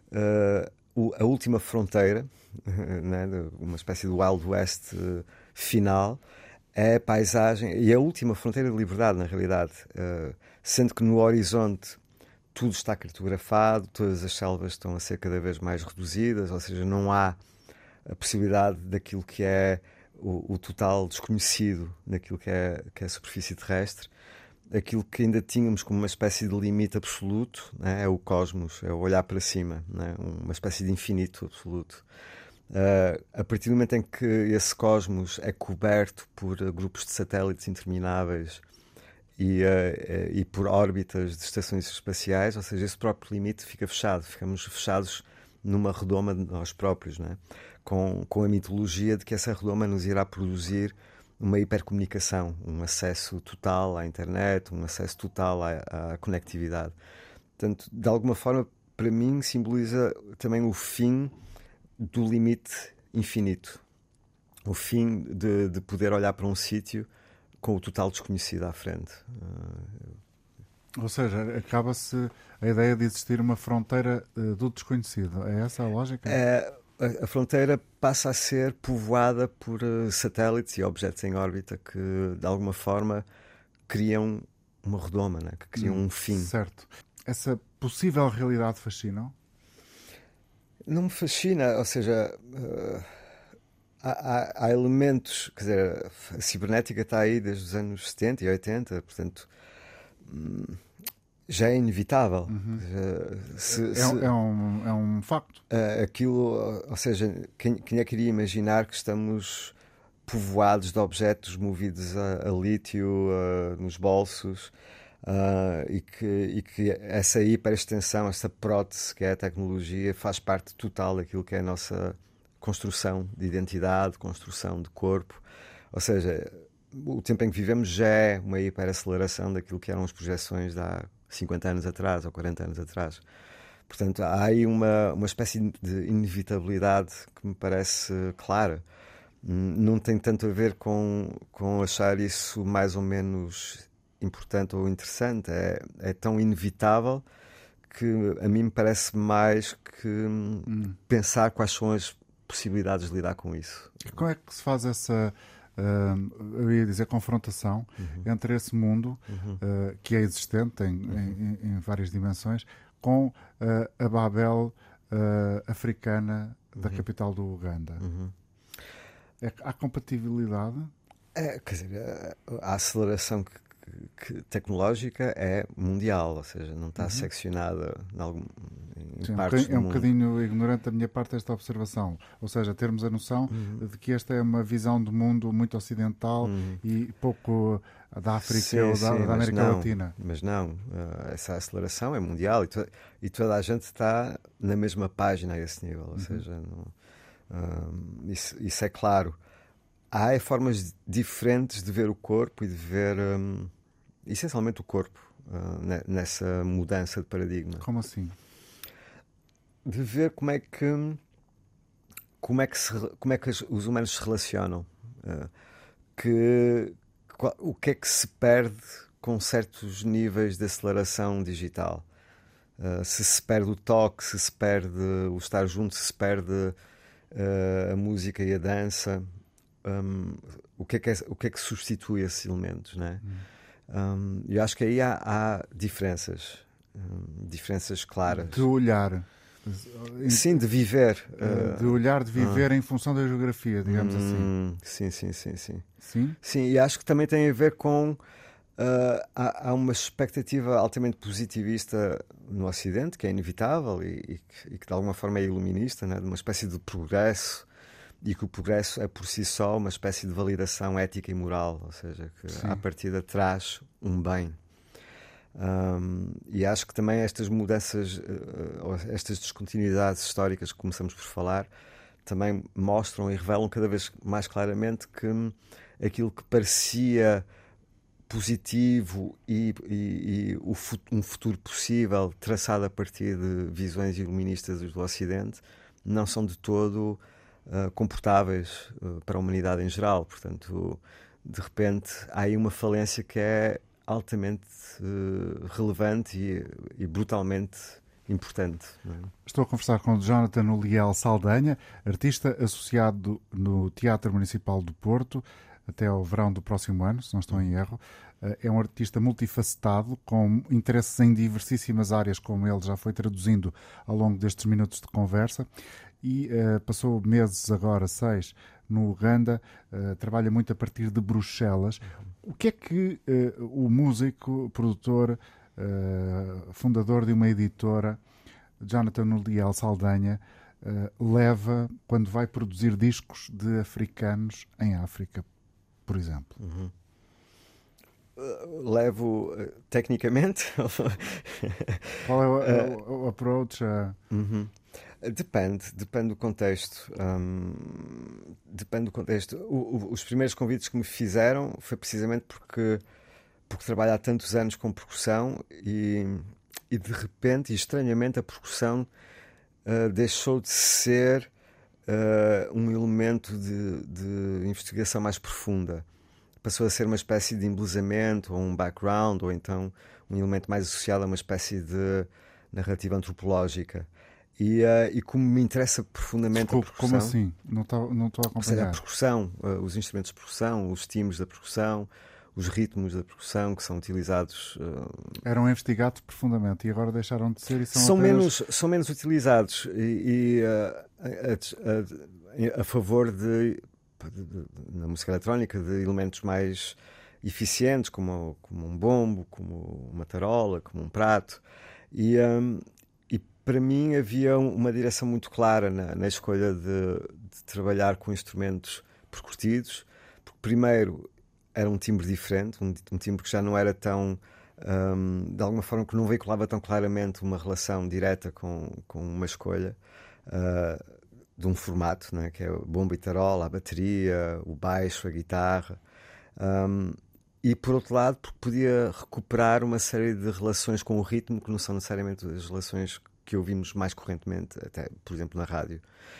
uh, a última fronteira, né, uma espécie de Wild West uh, final. É a paisagem e a última fronteira de liberdade, na realidade. Uh, sendo que no horizonte tudo está cartografado, todas as selvas estão a ser cada vez mais reduzidas, ou seja, não há a possibilidade daquilo que é o, o total desconhecido naquilo que é, que é a superfície terrestre, aquilo que ainda tínhamos como uma espécie de limite absoluto, né, é o cosmos, é o olhar para cima, né, uma espécie de infinito absoluto. Uh, a partir do momento em que esse cosmos é coberto por uh, grupos de satélites intermináveis e, uh, uh, e por órbitas de estações espaciais, ou seja, esse próprio limite fica fechado, ficamos fechados numa redoma de nós próprios, né? com, com a mitologia de que essa redoma nos irá produzir uma hipercomunicação, um acesso total à internet, um acesso total à, à conectividade. Portanto, de alguma forma, para mim, simboliza também o fim do limite infinito. O fim de, de poder olhar para um sítio com o total desconhecido à frente. Ou seja, acaba-se a ideia de existir uma fronteira uh, do desconhecido. É essa a lógica? É, a, a fronteira passa a ser povoada por uh, satélites e objetos em órbita que, de alguma forma, criam uma redoma, né? Que criam hum, um fim. Certo. Essa possível realidade fascina? Não me fascina, ou seja, uh, há, há, há elementos, quer dizer, a cibernética está aí desde os anos setenta e oitenta, portanto, hum, já é inevitável. Uhum. Uh, se, é, se, é, um, é um facto. Uh, aquilo, ou seja, quem, quem é que iria imaginar que estamos povoados de objetos movidos a, a lítio uh, nos bolsos? Uh, e, que, e que essa hiperextensão, essa prótese que é a tecnologia, faz parte total daquilo que é a nossa construção de identidade, construção de corpo. Ou seja, o tempo em que vivemos já é uma hiperaceleração daquilo que eram as projeções de há cinquenta anos atrás ou quarenta anos atrás. Portanto, há aí uma, uma espécie de inevitabilidade que me parece clara. Não tem tanto a ver com, com achar isso mais ou menos importante ou interessante, é, é tão inevitável que a mim me parece mais que hum. pensar quais são as possibilidades de lidar com isso. E como é que se faz essa, uh, eu ia dizer, confrontação uhum. entre esse mundo uhum. uh, que é existente em, uhum. em, em várias dimensões com uh, a Babel uh, africana da uhum. capital do Uganda? Uhum. É, há compatibilidade? É, quer dizer, a, a aceleração que Que tecnológica é mundial, ou seja, não está uhum. seccionada em, algum, em Sim, partes é um, do é um mundo. bocadinho ignorante da minha parte esta observação, ou seja, termos a noção uhum. de que esta é uma visão do mundo muito ocidental uhum. e pouco da África sim, ou da, sim, da América não, Latina. Mas não, essa aceleração é mundial e, to, e toda a gente está na mesma página a esse nível, ou uhum. seja, não, um, isso, isso é claro. Há formas diferentes de ver o corpo e de ver um, essencialmente o corpo uh, nessa mudança de paradigma. Como assim? De ver como é que como é que, se, como é que os humanos se relacionam, uh, que, qual, o que é que se perde com certos níveis de aceleração digital. Uh, se se perde o toque, se se perde o estar junto, se se perde uh, a música e a dança. Um, o, que é que é, o que é que substitui esses elementos, né? Hum. Um, eu acho que aí há, há diferenças, um, diferenças claras. De olhar. Sim, de viver. Uh, de olhar, de viver uh, em função da geografia, digamos hum, assim. Sim, sim, sim, sim. Sim? Sim, e acho que também tem a ver com... Uh, há, há uma expectativa altamente positivista no Ocidente, que é inevitável e, e, que, e que de alguma forma é iluminista, né? De uma espécie de progresso, e que o progresso é por si só uma espécie de validação ética e moral, ou seja, que sim. à partida traz um bem. Um, e acho que também estas mudanças, uh, estas descontinuidades históricas que começamos por falar, também mostram e revelam cada vez mais claramente que aquilo que parecia positivo e, e, e o, um futuro possível traçado a partir de visões iluministas do Ocidente não são de todo Uh, comportáveis uh, para a humanidade em geral. Portanto, de repente, há aí uma falência que é altamente uh, relevante e, e brutalmente importante. Não é? Estou a conversar com Jonathan Uliel Saldanha, artista associado no Teatro Municipal do Porto até ao verão do próximo ano, se não estou em erro. É um artista multifacetado, com interesses em diversíssimas áreas, como ele já foi traduzindo ao longo destes minutos de conversa. E uh, passou meses agora, seis, no Uganda, uh, trabalha muito a partir de Bruxelas. O que é que uh, o músico, produtor, uh, fundador de uma editora, Jonathan Uliel Saldanha, uh, leva quando vai produzir discos de africanos em África, por exemplo? Uhum. Uh, levo uh, tecnicamente? Qual é o, o, o approach? A... Uhum. Depende, depende do contexto. Um, depende do contexto. O, o, os primeiros convites que me fizeram foi precisamente porque, porque trabalho há tantos anos com percussão e, e de repente, e estranhamente, a percussão uh, deixou de ser uh, um elemento de, de investigação mais profunda. Passou a ser uma espécie de embelezamento ou um background, ou então um elemento mais associado a uma espécie de narrativa antropológica. E, uh, e como me interessa profundamente Desculpe, a percussão... como assim? Não estou não estou a acompanhar. Ou seja, a percussão, uh, os instrumentos de percussão, os timbres da percussão, os ritmos da percussão que são utilizados... Uh, Eram investigados profundamente e agora deixaram de ser e são são, apenas... menos, são menos utilizados e, e uh, a, a, a favor de, de, de, na música eletrónica, de elementos mais eficientes, como, como um bombo, como uma tarola, como um prato. E... Um, Para mim havia uma direção muito clara na, na escolha de, de trabalhar com instrumentos percutidos, porque primeiro era um timbre diferente, um, um timbre que já não era tão, um, de alguma forma, que não veiculava tão claramente uma relação direta com, com uma escolha uh, de um formato, né, que é o bombo e tarola, a bateria, o baixo, a guitarra. Um, E, por outro lado, porque podia recuperar uma série de relações com o ritmo que não são necessariamente as relações que ouvimos mais correntemente, até, por exemplo, na rádio.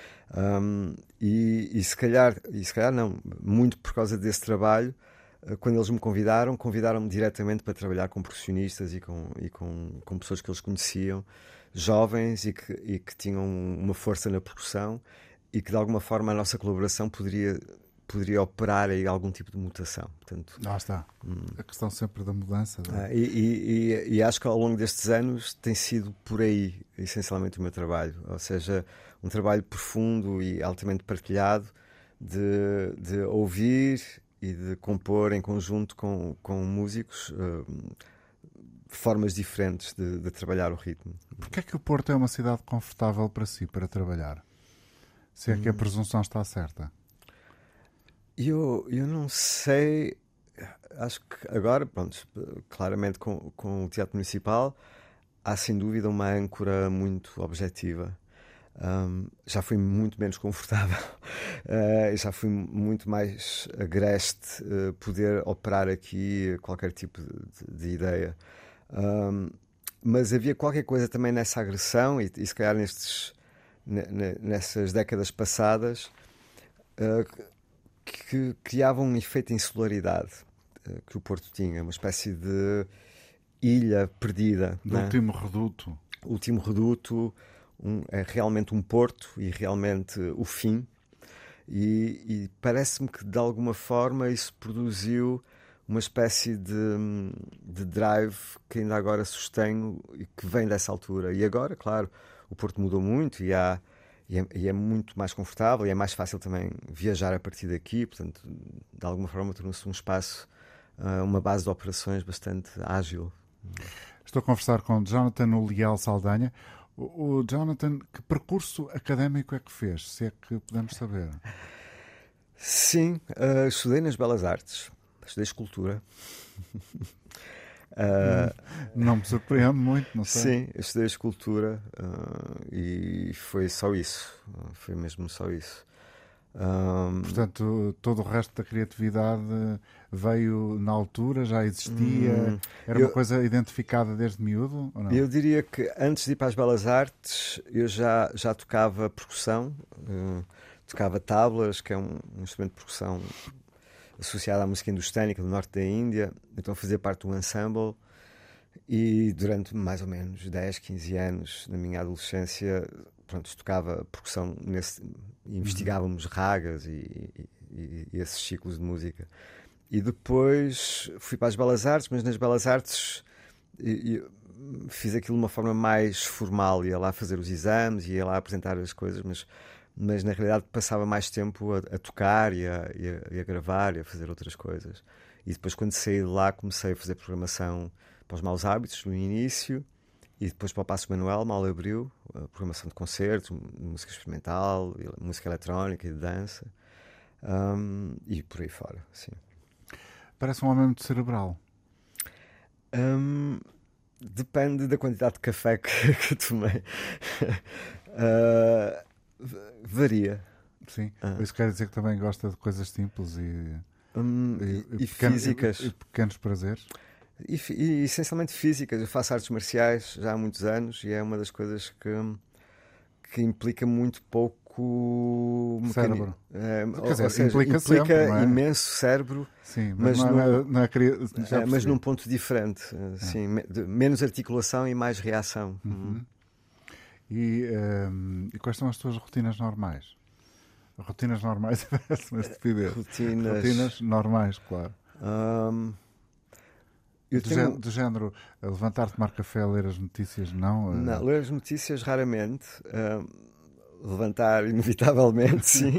Um, e, e se calhar, e se calhar não, muito por causa desse trabalho, quando eles me convidaram, convidaram-me diretamente para trabalhar com percussionistas e com, e com, com pessoas que eles conheciam, jovens e que, e que tinham uma força na percussão e que, de alguma forma, a nossa colaboração poderia... poderia operar aí algum tipo de mutação. Portanto, lá está. Hum. A questão sempre da mudança. Ah, e, e, e acho que ao longo destes anos tem sido por aí, essencialmente, o meu trabalho. Ou seja, um trabalho profundo e altamente partilhado de, de ouvir e de compor em conjunto com, com músicos uh, formas diferentes de, de trabalhar o ritmo. Porquê é que o Porto é uma cidade confortável para si, para trabalhar? Se é que a presunção está certa. Eu, eu não sei, acho que agora, pronto, claramente com, com o Teatro Municipal há sem dúvida uma âncora muito objetiva. Um, já fui muito menos confortável, uh, já fui muito mais agreste uh, poder operar aqui qualquer tipo de, de ideia. Um, mas havia qualquer coisa também nessa agressão e, e se calhar nestes, nessas décadas passadas... Uh, que criava um efeito de insularidade uh, que o Porto tinha, uma espécie de ilha perdida. Do né? último reduto. O último reduto um, é realmente um porto e realmente o fim. E, e parece-me que, de alguma forma, isso produziu uma espécie de, de drive que ainda agora sustenho e que vem dessa altura. E agora, claro, o Porto mudou muito e há... E é, e é muito mais confortável e é mais fácil também viajar a partir daqui, portanto, de alguma forma tornou-se um espaço, uh, uma base de operações bastante ágil. Estou a conversar com Jonathan Uliel Saldanha. O, o Jonathan, que percurso académico é que fez, se é que podemos saber? Sim, uh, estudei nas Belas Artes, estudei escultura. Uh, não me surpreende muito, não sei. Sim, eu estudei escultura uh, e foi só isso, foi mesmo só isso. Um, Portanto, todo o resto da criatividade veio na altura, já existia, hum, era eu, uma coisa identificada desde miúdo? Ou não? Eu diria que antes de ir para as Belas Artes eu já, já tocava percussão, uh, tocava tablas, que é um, um instrumento de percussão associado à música indostânica do norte da Índia, então fazia parte de um ensemble e durante mais ou menos dez, quinze anos na minha adolescência, pronto, tocava percussão, nesse, investigávamos ragas e, e, e esses ciclos de música. E depois fui para as Belas Artes, mas nas Belas Artes e, e fiz aquilo de uma forma mais formal, ia lá fazer os exames, ia lá apresentar as coisas, mas mas na realidade passava mais tempo a, a tocar e a, e, a, e a gravar e a fazer outras coisas. E depois, quando saí de lá, comecei a fazer programação para os Maus Hábitos no início, e depois para o Passo Manuel, mal abriu, a programação de concertos, música experimental, música eletrónica e de dança, um, e por aí fora, sim. Parece um homem muito cerebral. Um, depende da quantidade de café que, que tomei. uh, varia. Sim, uh. isso quer dizer que também gosta de coisas simples e, um, e, e, e, pequenos, físicas. E, e pequenos prazeres. E, e essencialmente físicas. Eu faço artes marciais já há muitos anos e é uma das coisas que, que implica muito pouco cérebro. É, Quer dizer, ou seja, implica, implica sempre, não é? imenso cérebro. Sim, mas, mas, mas, não, num, não é, já é, mas num ponto diferente. Assim, é. de, menos articulação e mais reação. Uhum. E, um, e quais são as tuas rotinas normais? Rotinas normais parece uma estupidez. Rotinas, rotinas normais, claro. Um, eu do, tenho... género, do género, levantar-te, tomar café, ler as notícias, não? Não, ler as notícias raramente. Uh, levantar, inevitavelmente, sim.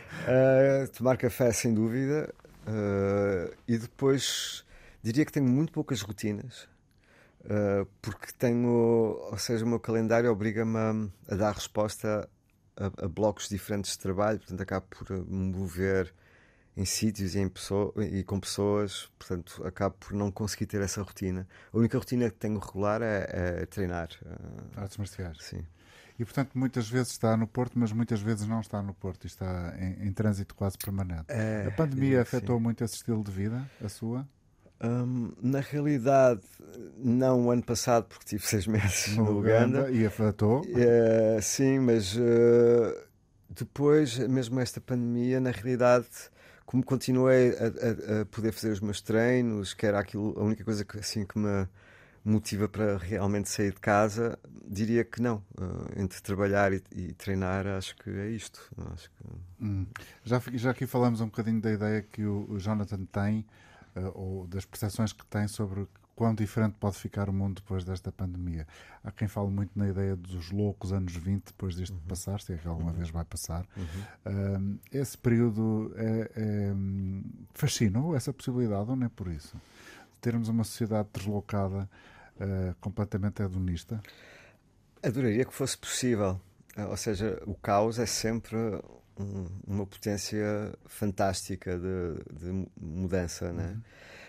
uh, tomar café, sem dúvida. Uh, e depois, diria que tenho muito poucas rotinas. Uh, porque tenho, ou seja, o meu calendário obriga-me a, a dar resposta a, a blocos diferentes de trabalho. Portanto, acabo por me mover em sítios e, em pessoa, e com pessoas, portanto acabo por não conseguir ter essa rotina. A única rotina que tenho regular é, é treinar. Artes marciais. Sim. E portanto muitas vezes está no Porto, mas muitas vezes não está no Porto e está em, em trânsito quase permanente. É, a pandemia é, afetou sim. muito esse estilo de vida, a sua? Um, na realidade, não o ano passado, porque tive seis meses no, no Uganda. Uganda. E afetou? Uh, sim, mas uh, depois, mesmo esta pandemia, na realidade... Como continuei a, a, a poder fazer os meus treinos, que era aquilo, a única coisa que, assim, que me motiva para realmente sair de casa, diria que não. Uh, entre trabalhar e, e treinar, acho que é isto. Acho que... hum. já, já aqui falamos um bocadinho da ideia que o, o Jonathan tem, uh, ou das percepções que tem sobre quão diferente pode ficar o mundo depois desta pandemia. Há quem fale muito na ideia dos loucos anos vinte, depois disto uhum. passar, se é que alguma uhum. vez vai passar. Uhum. Um, esse período é, é, fascina-o, essa possibilidade, ou não é por isso? De termos uma sociedade deslocada, uh, completamente hedonista? Adoraria que fosse possível. Ou seja, o caos é sempre um, uma potência fantástica de, de mudança, uhum. né?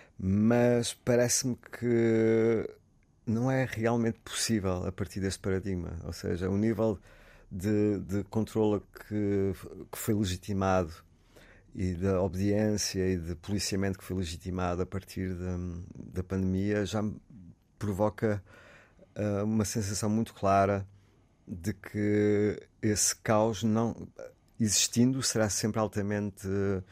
Mas parece-me que não é realmente possível a partir deste paradigma. Ou seja, o nível de, de controle que, que foi legitimado e da obediência e de policiamento que foi legitimado a partir da, da pandemia já provoca uh, uma sensação muito clara de que esse caos, não existindo, será sempre altamente...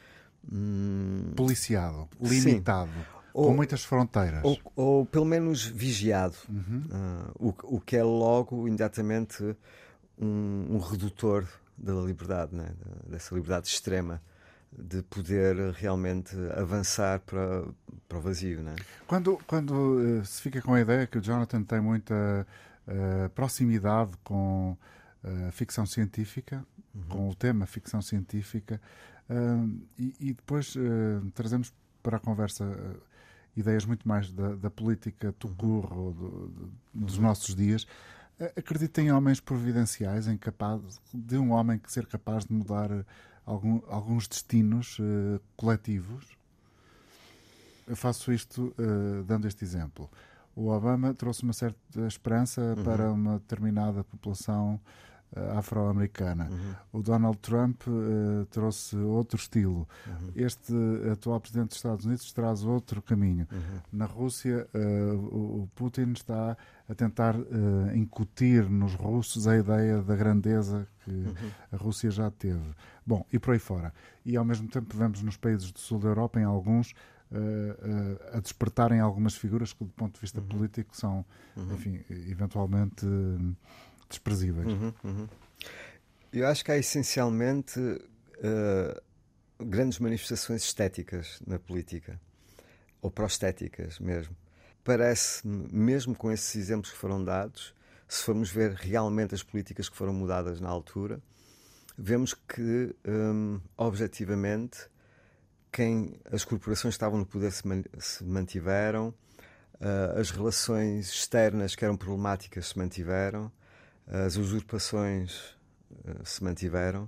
Hum, policiado, limitado, ou, com muitas fronteiras. Ou, ou pelo menos vigiado. Uhum. Uh, o, o que é logo imediatamente um, um redutor da liberdade, né? Dessa liberdade extrema de poder realmente avançar para, para o vazio. Né? Quando, quando uh, se fica com a ideia que o Jonathan tem muita uh, proximidade com a uh, ficção científica, uhum. com o tema ficção científica, Uh, e, e depois uh, trazemos para a conversa uh, ideias muito mais da, da política tucurro ou do, do, dos uhum. nossos dias. Uh, acredita em homens providenciais, em capaz, de um homem que ser capaz de mudar algum, alguns destinos uh, coletivos? Eu faço isto uh, dando este exemplo. O Obama trouxe uma certa esperança uhum. para uma determinada população afro-americana. Uhum. O Donald Trump uh, trouxe outro estilo. Uhum. Este atual presidente dos Estados Unidos traz outro caminho. Uhum. Na Rússia, uh, o, o Putin está a tentar uh, incutir nos russos a ideia da grandeza que uhum. a Rússia já teve. Bom, e por aí fora. E ao mesmo tempo vemos nos países do sul da Europa, em alguns, uh, uh, a despertarem algumas figuras que, do ponto de vista uhum. político, são, uhum. enfim, eventualmente... Uh, desprezíveis. Uhum, uhum. Eu acho que há essencialmente uh, grandes manifestações estéticas na política, ou prostéticas mesmo. Parece-me, mesmo com esses exemplos que foram dados, se formos ver realmente as políticas que foram mudadas na altura, vemos que, um, objetivamente, quem, as corporações que estavam no poder se, man, se mantiveram, uh, as relações externas que eram problemáticas se mantiveram, as usurpações uh, se mantiveram.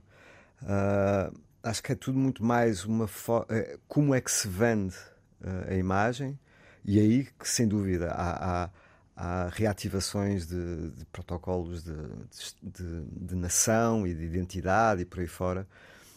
Uh, acho que é tudo muito mais uma fo- uh, como é que se vende uh, a imagem, e aí que, sem dúvida, há, há, há reativações de, de protocolos de, de, de nação e de identidade e por aí fora.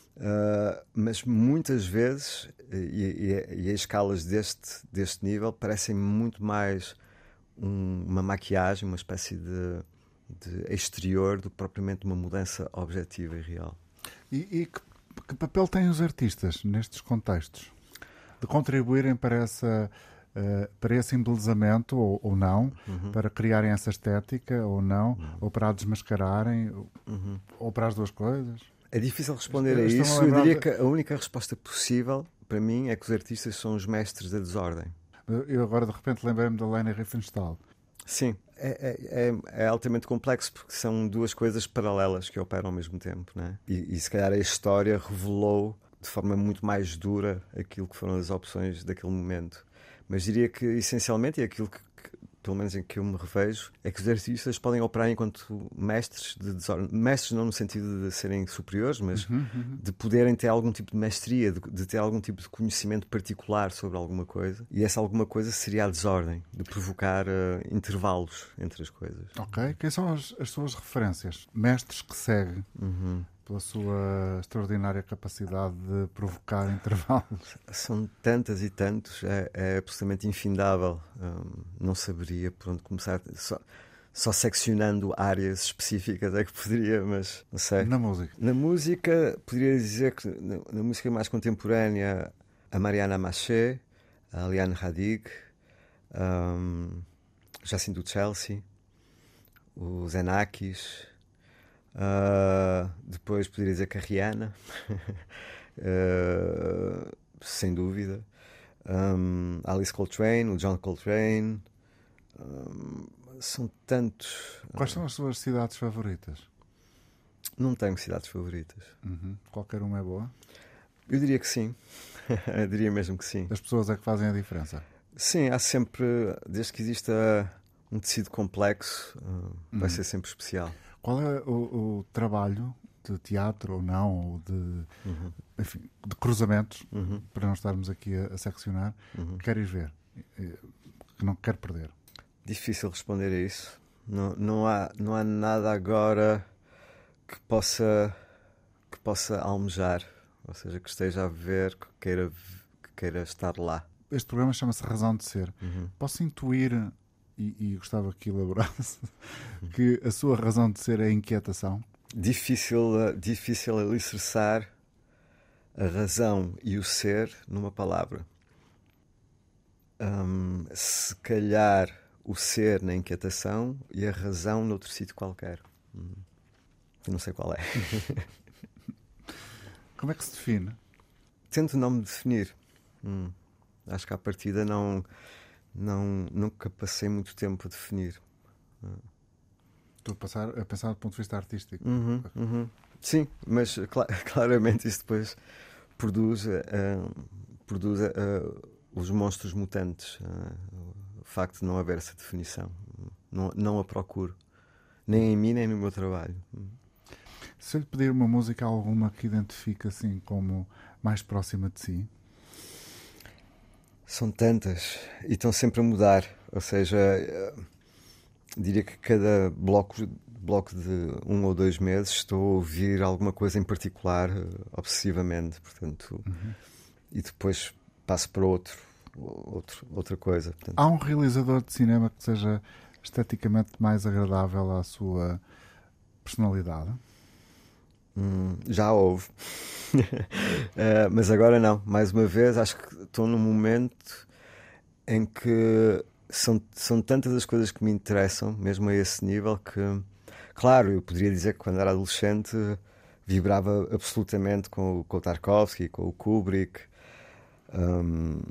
Uh, mas muitas vezes, e, e, e as escalas deste, deste nível parecem muito mais um, uma maquiagem, uma espécie de, de exterior do que propriamente uma mudança objetiva e real. E, e que, que papel têm os artistas nestes contextos? De contribuírem para, essa, uh, para esse embelezamento ou, ou não, uhum. para criarem essa estética ou não, uhum. ou para a desmascararem, uhum. ou para as duas coisas? É difícil responder a isso. Eu diria que a única resposta possível, para mim, é que os artistas são os mestres da desordem. Eu agora, de repente, lembrei-me da Leni Riefenstahl. Sim, é, é, é altamente complexo porque são duas coisas paralelas que operam ao mesmo tempo, né? E, e se calhar a história revelou de forma muito mais dura aquilo que foram as opções daquele momento. Mas diria que, essencialmente, é aquilo que, que pelo menos em que eu me revejo, é que os artistas podem operar enquanto mestres de desordem. Mestres não no sentido de serem superiores, mas uhum, uhum. de poderem ter algum tipo de mestria, de, de ter algum tipo de conhecimento particular sobre alguma coisa. E essa alguma coisa seria a desordem, de provocar uh, intervalos entre as coisas. Ok. Quem são as, as suas referências? Mestres que seguem uhum. pela sua extraordinária capacidade de provocar intervalos? São tantas e tantos, é, é absolutamente infindável. Um, não saberia por onde começar. Só, só seccionando áreas específicas é que poderia, mas não sei. Na música? Na música, poderia dizer que na, na música mais contemporânea, a Mariana Maché, a Liane Hadig, um, Jacinto Chelsea, o Xenakis. Uh, depois poderia dizer que a Rihanna, uh, sem dúvida, um, Alice Coltrane, o John Coltrane, um, são tantos. Quais são as suas cidades favoritas? Não tenho cidades favoritas. Uhum. Qualquer uma é boa? Eu diria que sim. Eu diria mesmo que sim. As pessoas é que fazem a diferença? Sim, há sempre, desde que exista um tecido complexo, uh, vai uhum. ser sempre especial. Qual é o, o trabalho de teatro ou não, ou de, uhum. enfim, de cruzamentos, uhum. para não estarmos aqui a, a seccionar, uhum. que queres ver, que não quero perder? Difícil responder a isso. Não, não, há, não há nada agora que possa, que possa almejar, ou seja, que esteja a ver, que queira, que queira estar lá. Este programa chama-se Razão de Ser. Uhum. Posso intuir... E, e gostava que elaborasse que a sua razão de ser é a inquietação? Difícil, difícil alicerçar a razão e o ser numa palavra. Um, se calhar o ser na inquietação e a razão noutro sítio qualquer. Hum. Eu não sei qual é. Como é que se define? Tento não me definir. Hum. Acho que à partida não... Não, nunca passei muito tempo a definir. Estou a, passar, a pensar do ponto de vista artístico. Uhum, uhum. Sim, mas cl- claramente isso depois produz, uh, produz uh, os monstros mutantes. Uh, o facto de não haver essa definição. Não, não a procuro. Nem em mim, nem no meu trabalho. Se eu lhe pedir uma música alguma que identifique assim como mais próxima de si... São tantas e estão sempre a mudar, ou seja, diria que cada bloco, bloco de um ou dois meses estou a ouvir alguma coisa em particular obsessivamente, portanto, uhum. e depois passo para outro, outro outra coisa. Portanto. Há um realizador de cinema que seja esteticamente mais agradável à sua personalidade? Hum, já houve. uh, mas agora não. Mais uma vez, acho que estou num momento em que são, são tantas as coisas que me interessam, mesmo a esse nível, que, claro, eu poderia dizer que quando era adolescente vibrava absolutamente com o, com o Tarkovsky, com o Kubrick. Um,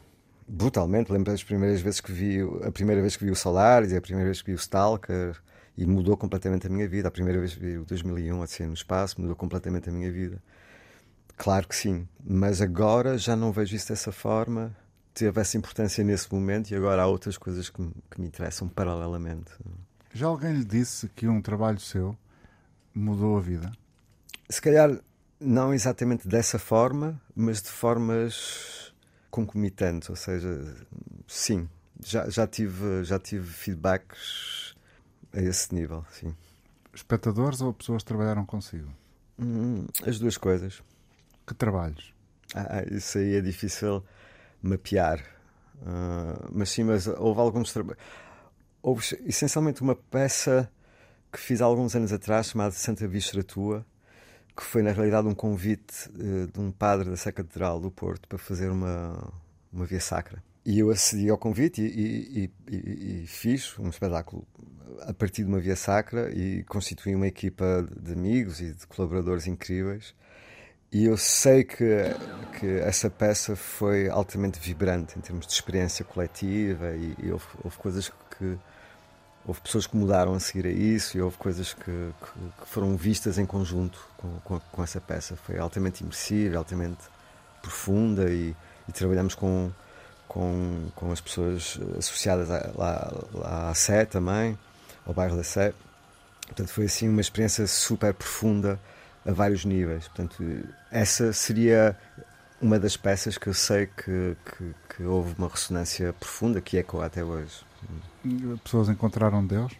brutalmente. Lembro das primeiras vezes que vi, a primeira vez que vi o Solaris e a primeira vez que vi o Stalker e mudou completamente a minha vida. A primeira vez que vi o dois mil e um, Odisseia no Espaço, mudou completamente a minha vida. Claro que sim, mas agora já não vejo isso dessa forma. Teve essa importância nesse momento e agora há outras coisas que me, que me interessam paralelamente. Já alguém lhe disse que um trabalho seu mudou a vida? Se calhar não exatamente dessa forma, mas de formas concomitantes, ou seja, sim, já, já, tive, já tive feedbacks a esse nível, sim. Espectadores ou pessoas que trabalharam consigo? Hum, as duas coisas. Que trabalhos? Ah, isso aí é difícil mapear. Uh, mas sim, mas houve alguns trabalhos. Houve essencialmente uma peça que fiz há alguns anos atrás, chamada Santa Víscera Tua, que foi na realidade um convite uh, de um padre da Sé Catedral do Porto para fazer uma, uma via sacra. E eu acedi ao convite e, e, e, e fiz um espetáculo a partir de uma via sacra e constituí uma equipa de amigos e de colaboradores incríveis. E eu sei que, que essa peça foi altamente vibrante em termos de experiência coletiva e, e houve, houve coisas que... Houve pessoas que mudaram a seguir a isso e houve coisas que, que, que foram vistas em conjunto com, com, com essa peça. Foi altamente imersiva, altamente profunda e, e trabalhamos com, com, com as pessoas associadas a, lá, lá à Sé também, ao bairro da Sé. Portanto, foi assim uma experiência super profunda a vários níveis. Portanto, essa seria uma das peças que eu sei que, que, que houve uma ressonância profunda, que ecoa até hoje. Pessoas encontraram Deus?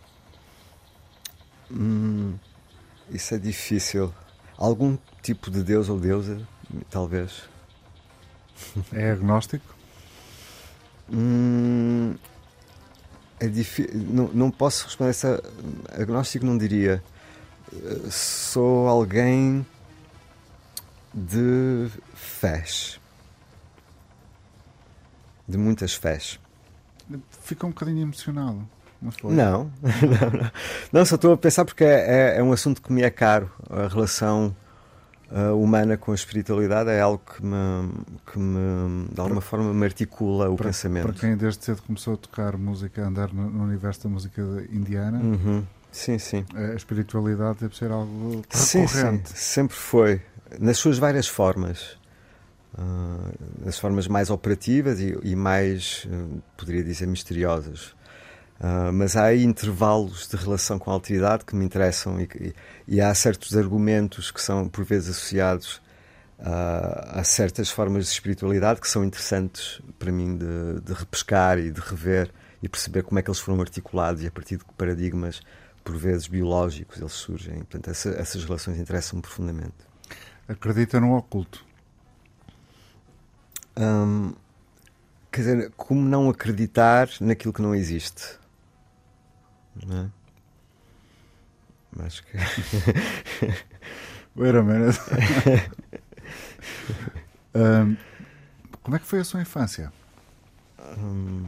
Hum, isso é difícil. Algum tipo de Deus ou deusa, talvez. É agnóstico? Hum, é difícil. Não, não posso responder essa. Agnóstico não diria. Sou alguém de fés. De muitas fés. Fica um bocadinho emocionado, não foi? Não, não, não. Não, só estou a pensar porque é, é, é um assunto que me é caro. A relação uh, humana com a espiritualidade é algo que me, que me de alguma para, forma, me articula o para, pensamento. Para quem desde cedo começou a tocar música, a andar no, no universo da música indiana, uhum. Sim, sim. A espiritualidade deve ser algo sim, recorrente. Sim, sempre foi. Nas suas várias formas. Uh, nas formas mais operativas e, e mais, uh, poderia dizer, misteriosas. Uh, mas há aí intervalos de relação com a alteridade que me interessam e, e, e há certos argumentos que são, por vezes, associados uh, a certas formas de espiritualidade que são interessantes para mim de, de repescar e de rever e perceber como é que eles foram articulados e a partir de paradigmas, por vezes, biológicos, eles surgem. Portanto, essa, essas relações interessam-me profundamente. Acredita no oculto? Hum, quer dizer, como não acreditar naquilo que não existe? Não é? Acho que... Wait a minute. um, como é que foi a sua infância? Hum,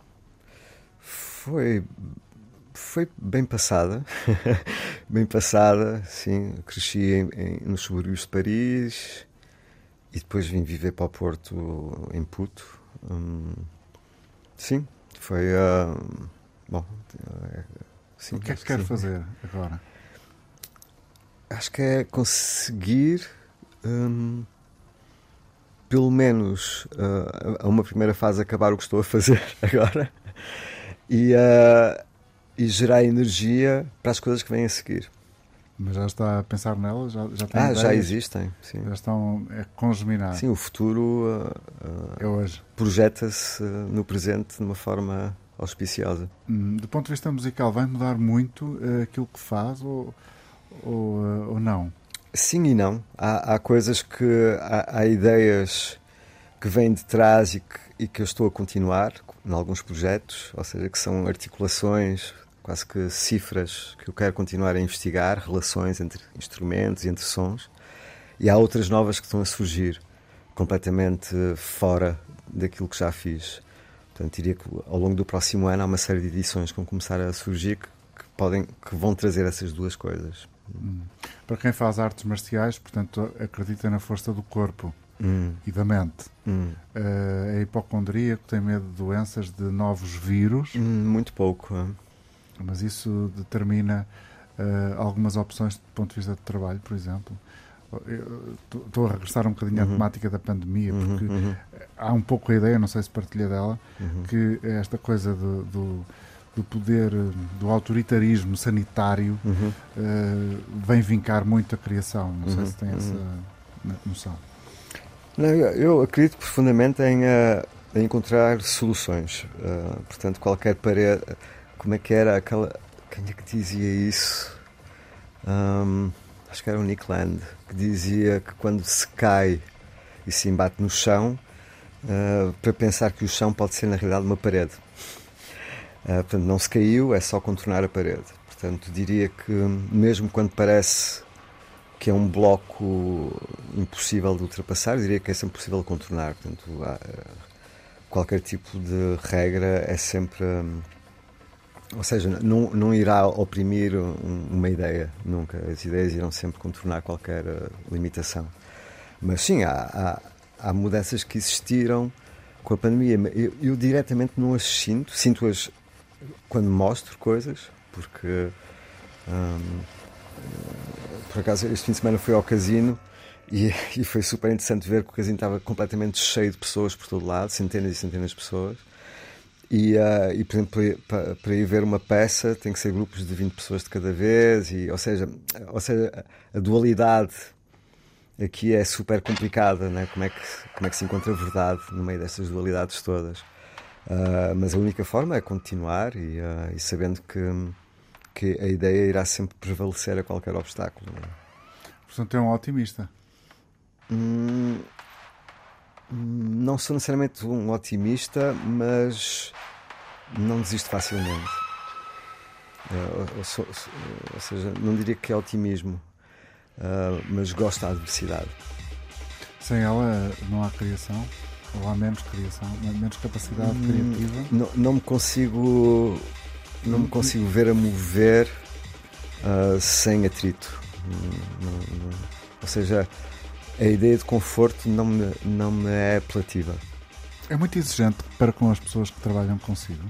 foi... Foi bem passada. Bem passada, sim. Cresci em, em, nos subúrbios de Paris... E depois vim viver para o Porto em Puto. Hum, sim, foi... Uh, bom, uh, sim, o que é que quer sim. fazer agora? Acho que é conseguir, um, pelo menos, uh, a uma primeira fase, acabar o que estou a fazer agora e, uh, e gerar energia para as coisas que vêm a seguir. Mas já está a pensar nelas? Já, já tem ah, ideias? já existem. Sim. Já estão é, congeminadas. Sim, o futuro uh, uh, é hoje. Projeta-se uh, no presente de uma forma auspiciosa. Hum, do ponto de vista musical, vai mudar muito uh, aquilo que faz ou, ou, uh, ou não? Sim e não. Há, há coisas que... Há, há ideias que vêm de trás e que, e que eu estou a continuar em alguns projetos, ou seja, que são articulações... quase que cifras que eu quero continuar a investigar, relações entre instrumentos e entre sons, e há outras novas que estão a surgir, completamente fora daquilo que já fiz. Portanto, diria que ao longo do próximo ano há uma série de edições que vão começar a surgir que, que, podem, que vão trazer essas duas coisas. Hum. Para quem faz artes marciais, portanto, acredita na força do corpo hum. e da mente. Hum. Uh, é hipocondríaco, tem medo de doenças, de novos vírus? Hum, muito pouco, é? Mas isso determina uh, algumas opções do ponto de vista de trabalho, por exemplo. Estou a regressar um bocadinho uhum. à temática da pandemia, uhum, porque uhum. há um pouco a ideia, não sei se partilha dela, uhum. que esta coisa do, do, do poder, do autoritarismo sanitário uhum. uh, vem vincar muito a criação. Não uhum. sei se tem uhum. essa noção. Não, eu acredito profundamente em, uh, em encontrar soluções. Uh, portanto, qualquer parede... Como é que era aquela... Quem é que dizia isso? Um, acho que era o Nick Land, que dizia que quando se cai e se embate no chão, uh, para pensar que o chão pode ser na realidade uma parede. Uh, portanto, não se caiu, é só contornar a parede. Portanto, diria que mesmo quando parece que é um bloco impossível de ultrapassar, diria que é sempre possível contornar. Portanto, há, qualquer tipo de regra é sempre... Um, ou seja, não, não irá oprimir um, uma ideia, nunca. As ideias irão sempre contornar qualquer uh, limitação. Mas sim, há, há, há mudanças que existiram com a pandemia. Eu, eu diretamente não as sinto, sinto-as quando mostro coisas, porque um, por acaso este fim de semana fui ao casino e, e foi super interessante ver que o casino estava completamente cheio de pessoas por todo lado, centenas e centenas de pessoas. E, uh, e, por exemplo, para, para ir ver uma peça tem que ser grupos de vinte pessoas de cada vez, e, ou seja, ou seja, a dualidade aqui é super complicada, né? Como é que, como é que se encontra a verdade no meio destas dualidades todas? Uh, mas a única forma é continuar e, uh, e sabendo que, que a ideia irá sempre prevalecer a qualquer obstáculo. Né? Portanto, é um otimista. Hum... Não sou necessariamente um otimista, mas não desisto facilmente. Ou, sou, ou seja, não diria que é otimismo, mas gosto da adversidade. Sem ela não há criação? Ou há menos criação? Menos capacidade hum, criativa? Não, não me consigo não me consigo ver a mover uh, sem atrito. Não, não, ou seja, a ideia de conforto não me, não me é apelativa. É muito exigente para com as pessoas que trabalham consigo?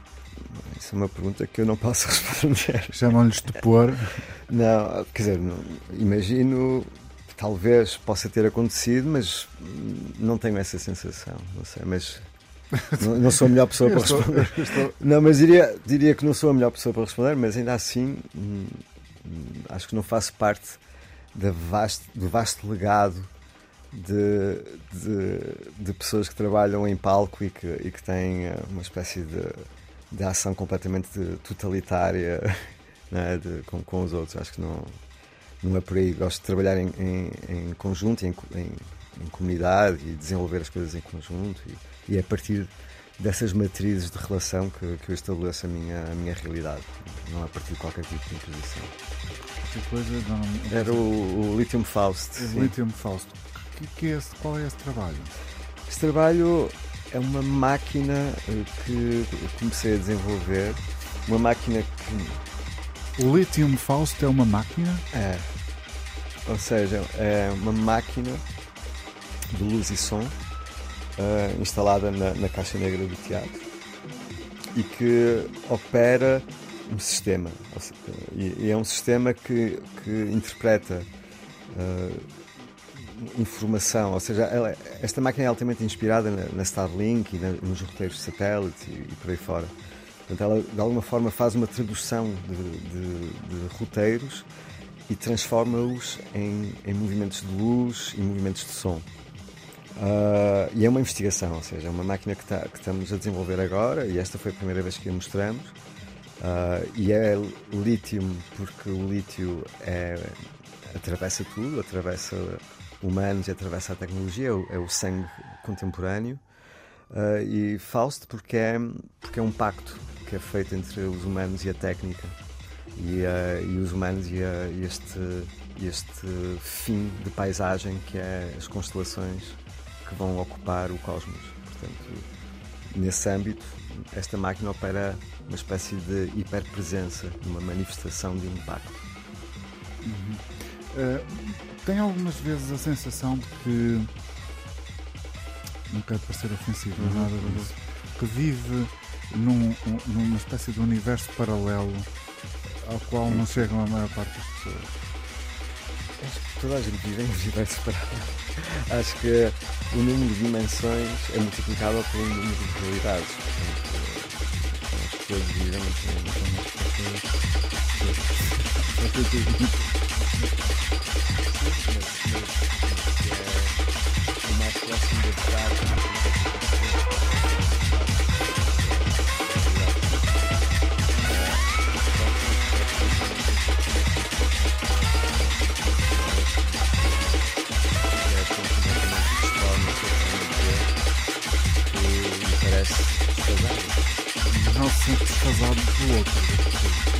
Isso é uma pergunta que eu não posso responder. Chamam-lhes de pôr? Não, quer dizer, não, imagino, talvez possa ter acontecido, mas não tenho essa sensação. Não sei, mas não, não sou a melhor pessoa para estou, responder. Estou... Não, mas diria, diria que não sou a melhor pessoa para responder, mas ainda assim hum, acho que não faço parte Da vasto, do vasto legado de, de, de pessoas que trabalham em palco e que, e que têm uma espécie de, de ação completamente totalitária, né, de, com, com os outros. Acho que não, não é por aí. Gosto de trabalhar em, em, em conjunto, em, em, em comunidade e desenvolver as coisas em conjunto e, e é a partir dessas matrizes de relação que, que eu estabeleço a minha, a minha realidade, não a partir de qualquer tipo de imposição. Coisa, não, não, Era o, o Lithium Faust. O Lithium Faust. Que, que é esse, qual é esse trabalho? Este trabalho é uma máquina que eu comecei a desenvolver. Uma máquina que... O Lithium Faust é uma máquina? É. Ou seja, é uma máquina de luz e som uh, instalada na, na caixa negra do teatro e que opera um sistema, e é um sistema que, que interpreta uh, informação, ou seja, ela, esta máquina é altamente inspirada na, na Starlink e na, nos roteiros de satélite e, e por aí fora. Portanto, ela de alguma forma faz uma tradução de, de, de roteiros e transforma-os em, em movimentos de luz e movimentos de som. Uh, e é uma investigação, ou seja, é uma máquina que, tá, que estamos a desenvolver agora, e esta foi a primeira vez que a mostramos. Uh, e é lítio porque o lítio é, atravessa tudo, atravessa humanos e atravessa a tecnologia, é o, é o sangue contemporâneo. Uh, e Faust porque é, porque é um pacto que é feito entre os humanos e a técnica, e, uh, e os humanos e, a, e este, este fim de paisagem que é as constelações que vão ocupar o cosmos. Portanto, nesse âmbito, esta máquina opera uma espécie de hiperpresença, uma manifestação de impacto. Uhum. Uh, tem algumas vezes a sensação de que, não quero parecer ofensivo, uhum, nada disso, uhum. que vive num, um- numa espécie de universo paralelo ao qual não chegam a maior parte das pessoas. Acho que toda a gente vive em universo paralelo. Acho que o número de dimensões é multiplicado pelo número de realidades. Portanto, acho que todos vivem o mais próximo da verdade. Não se sente desfasado do outro.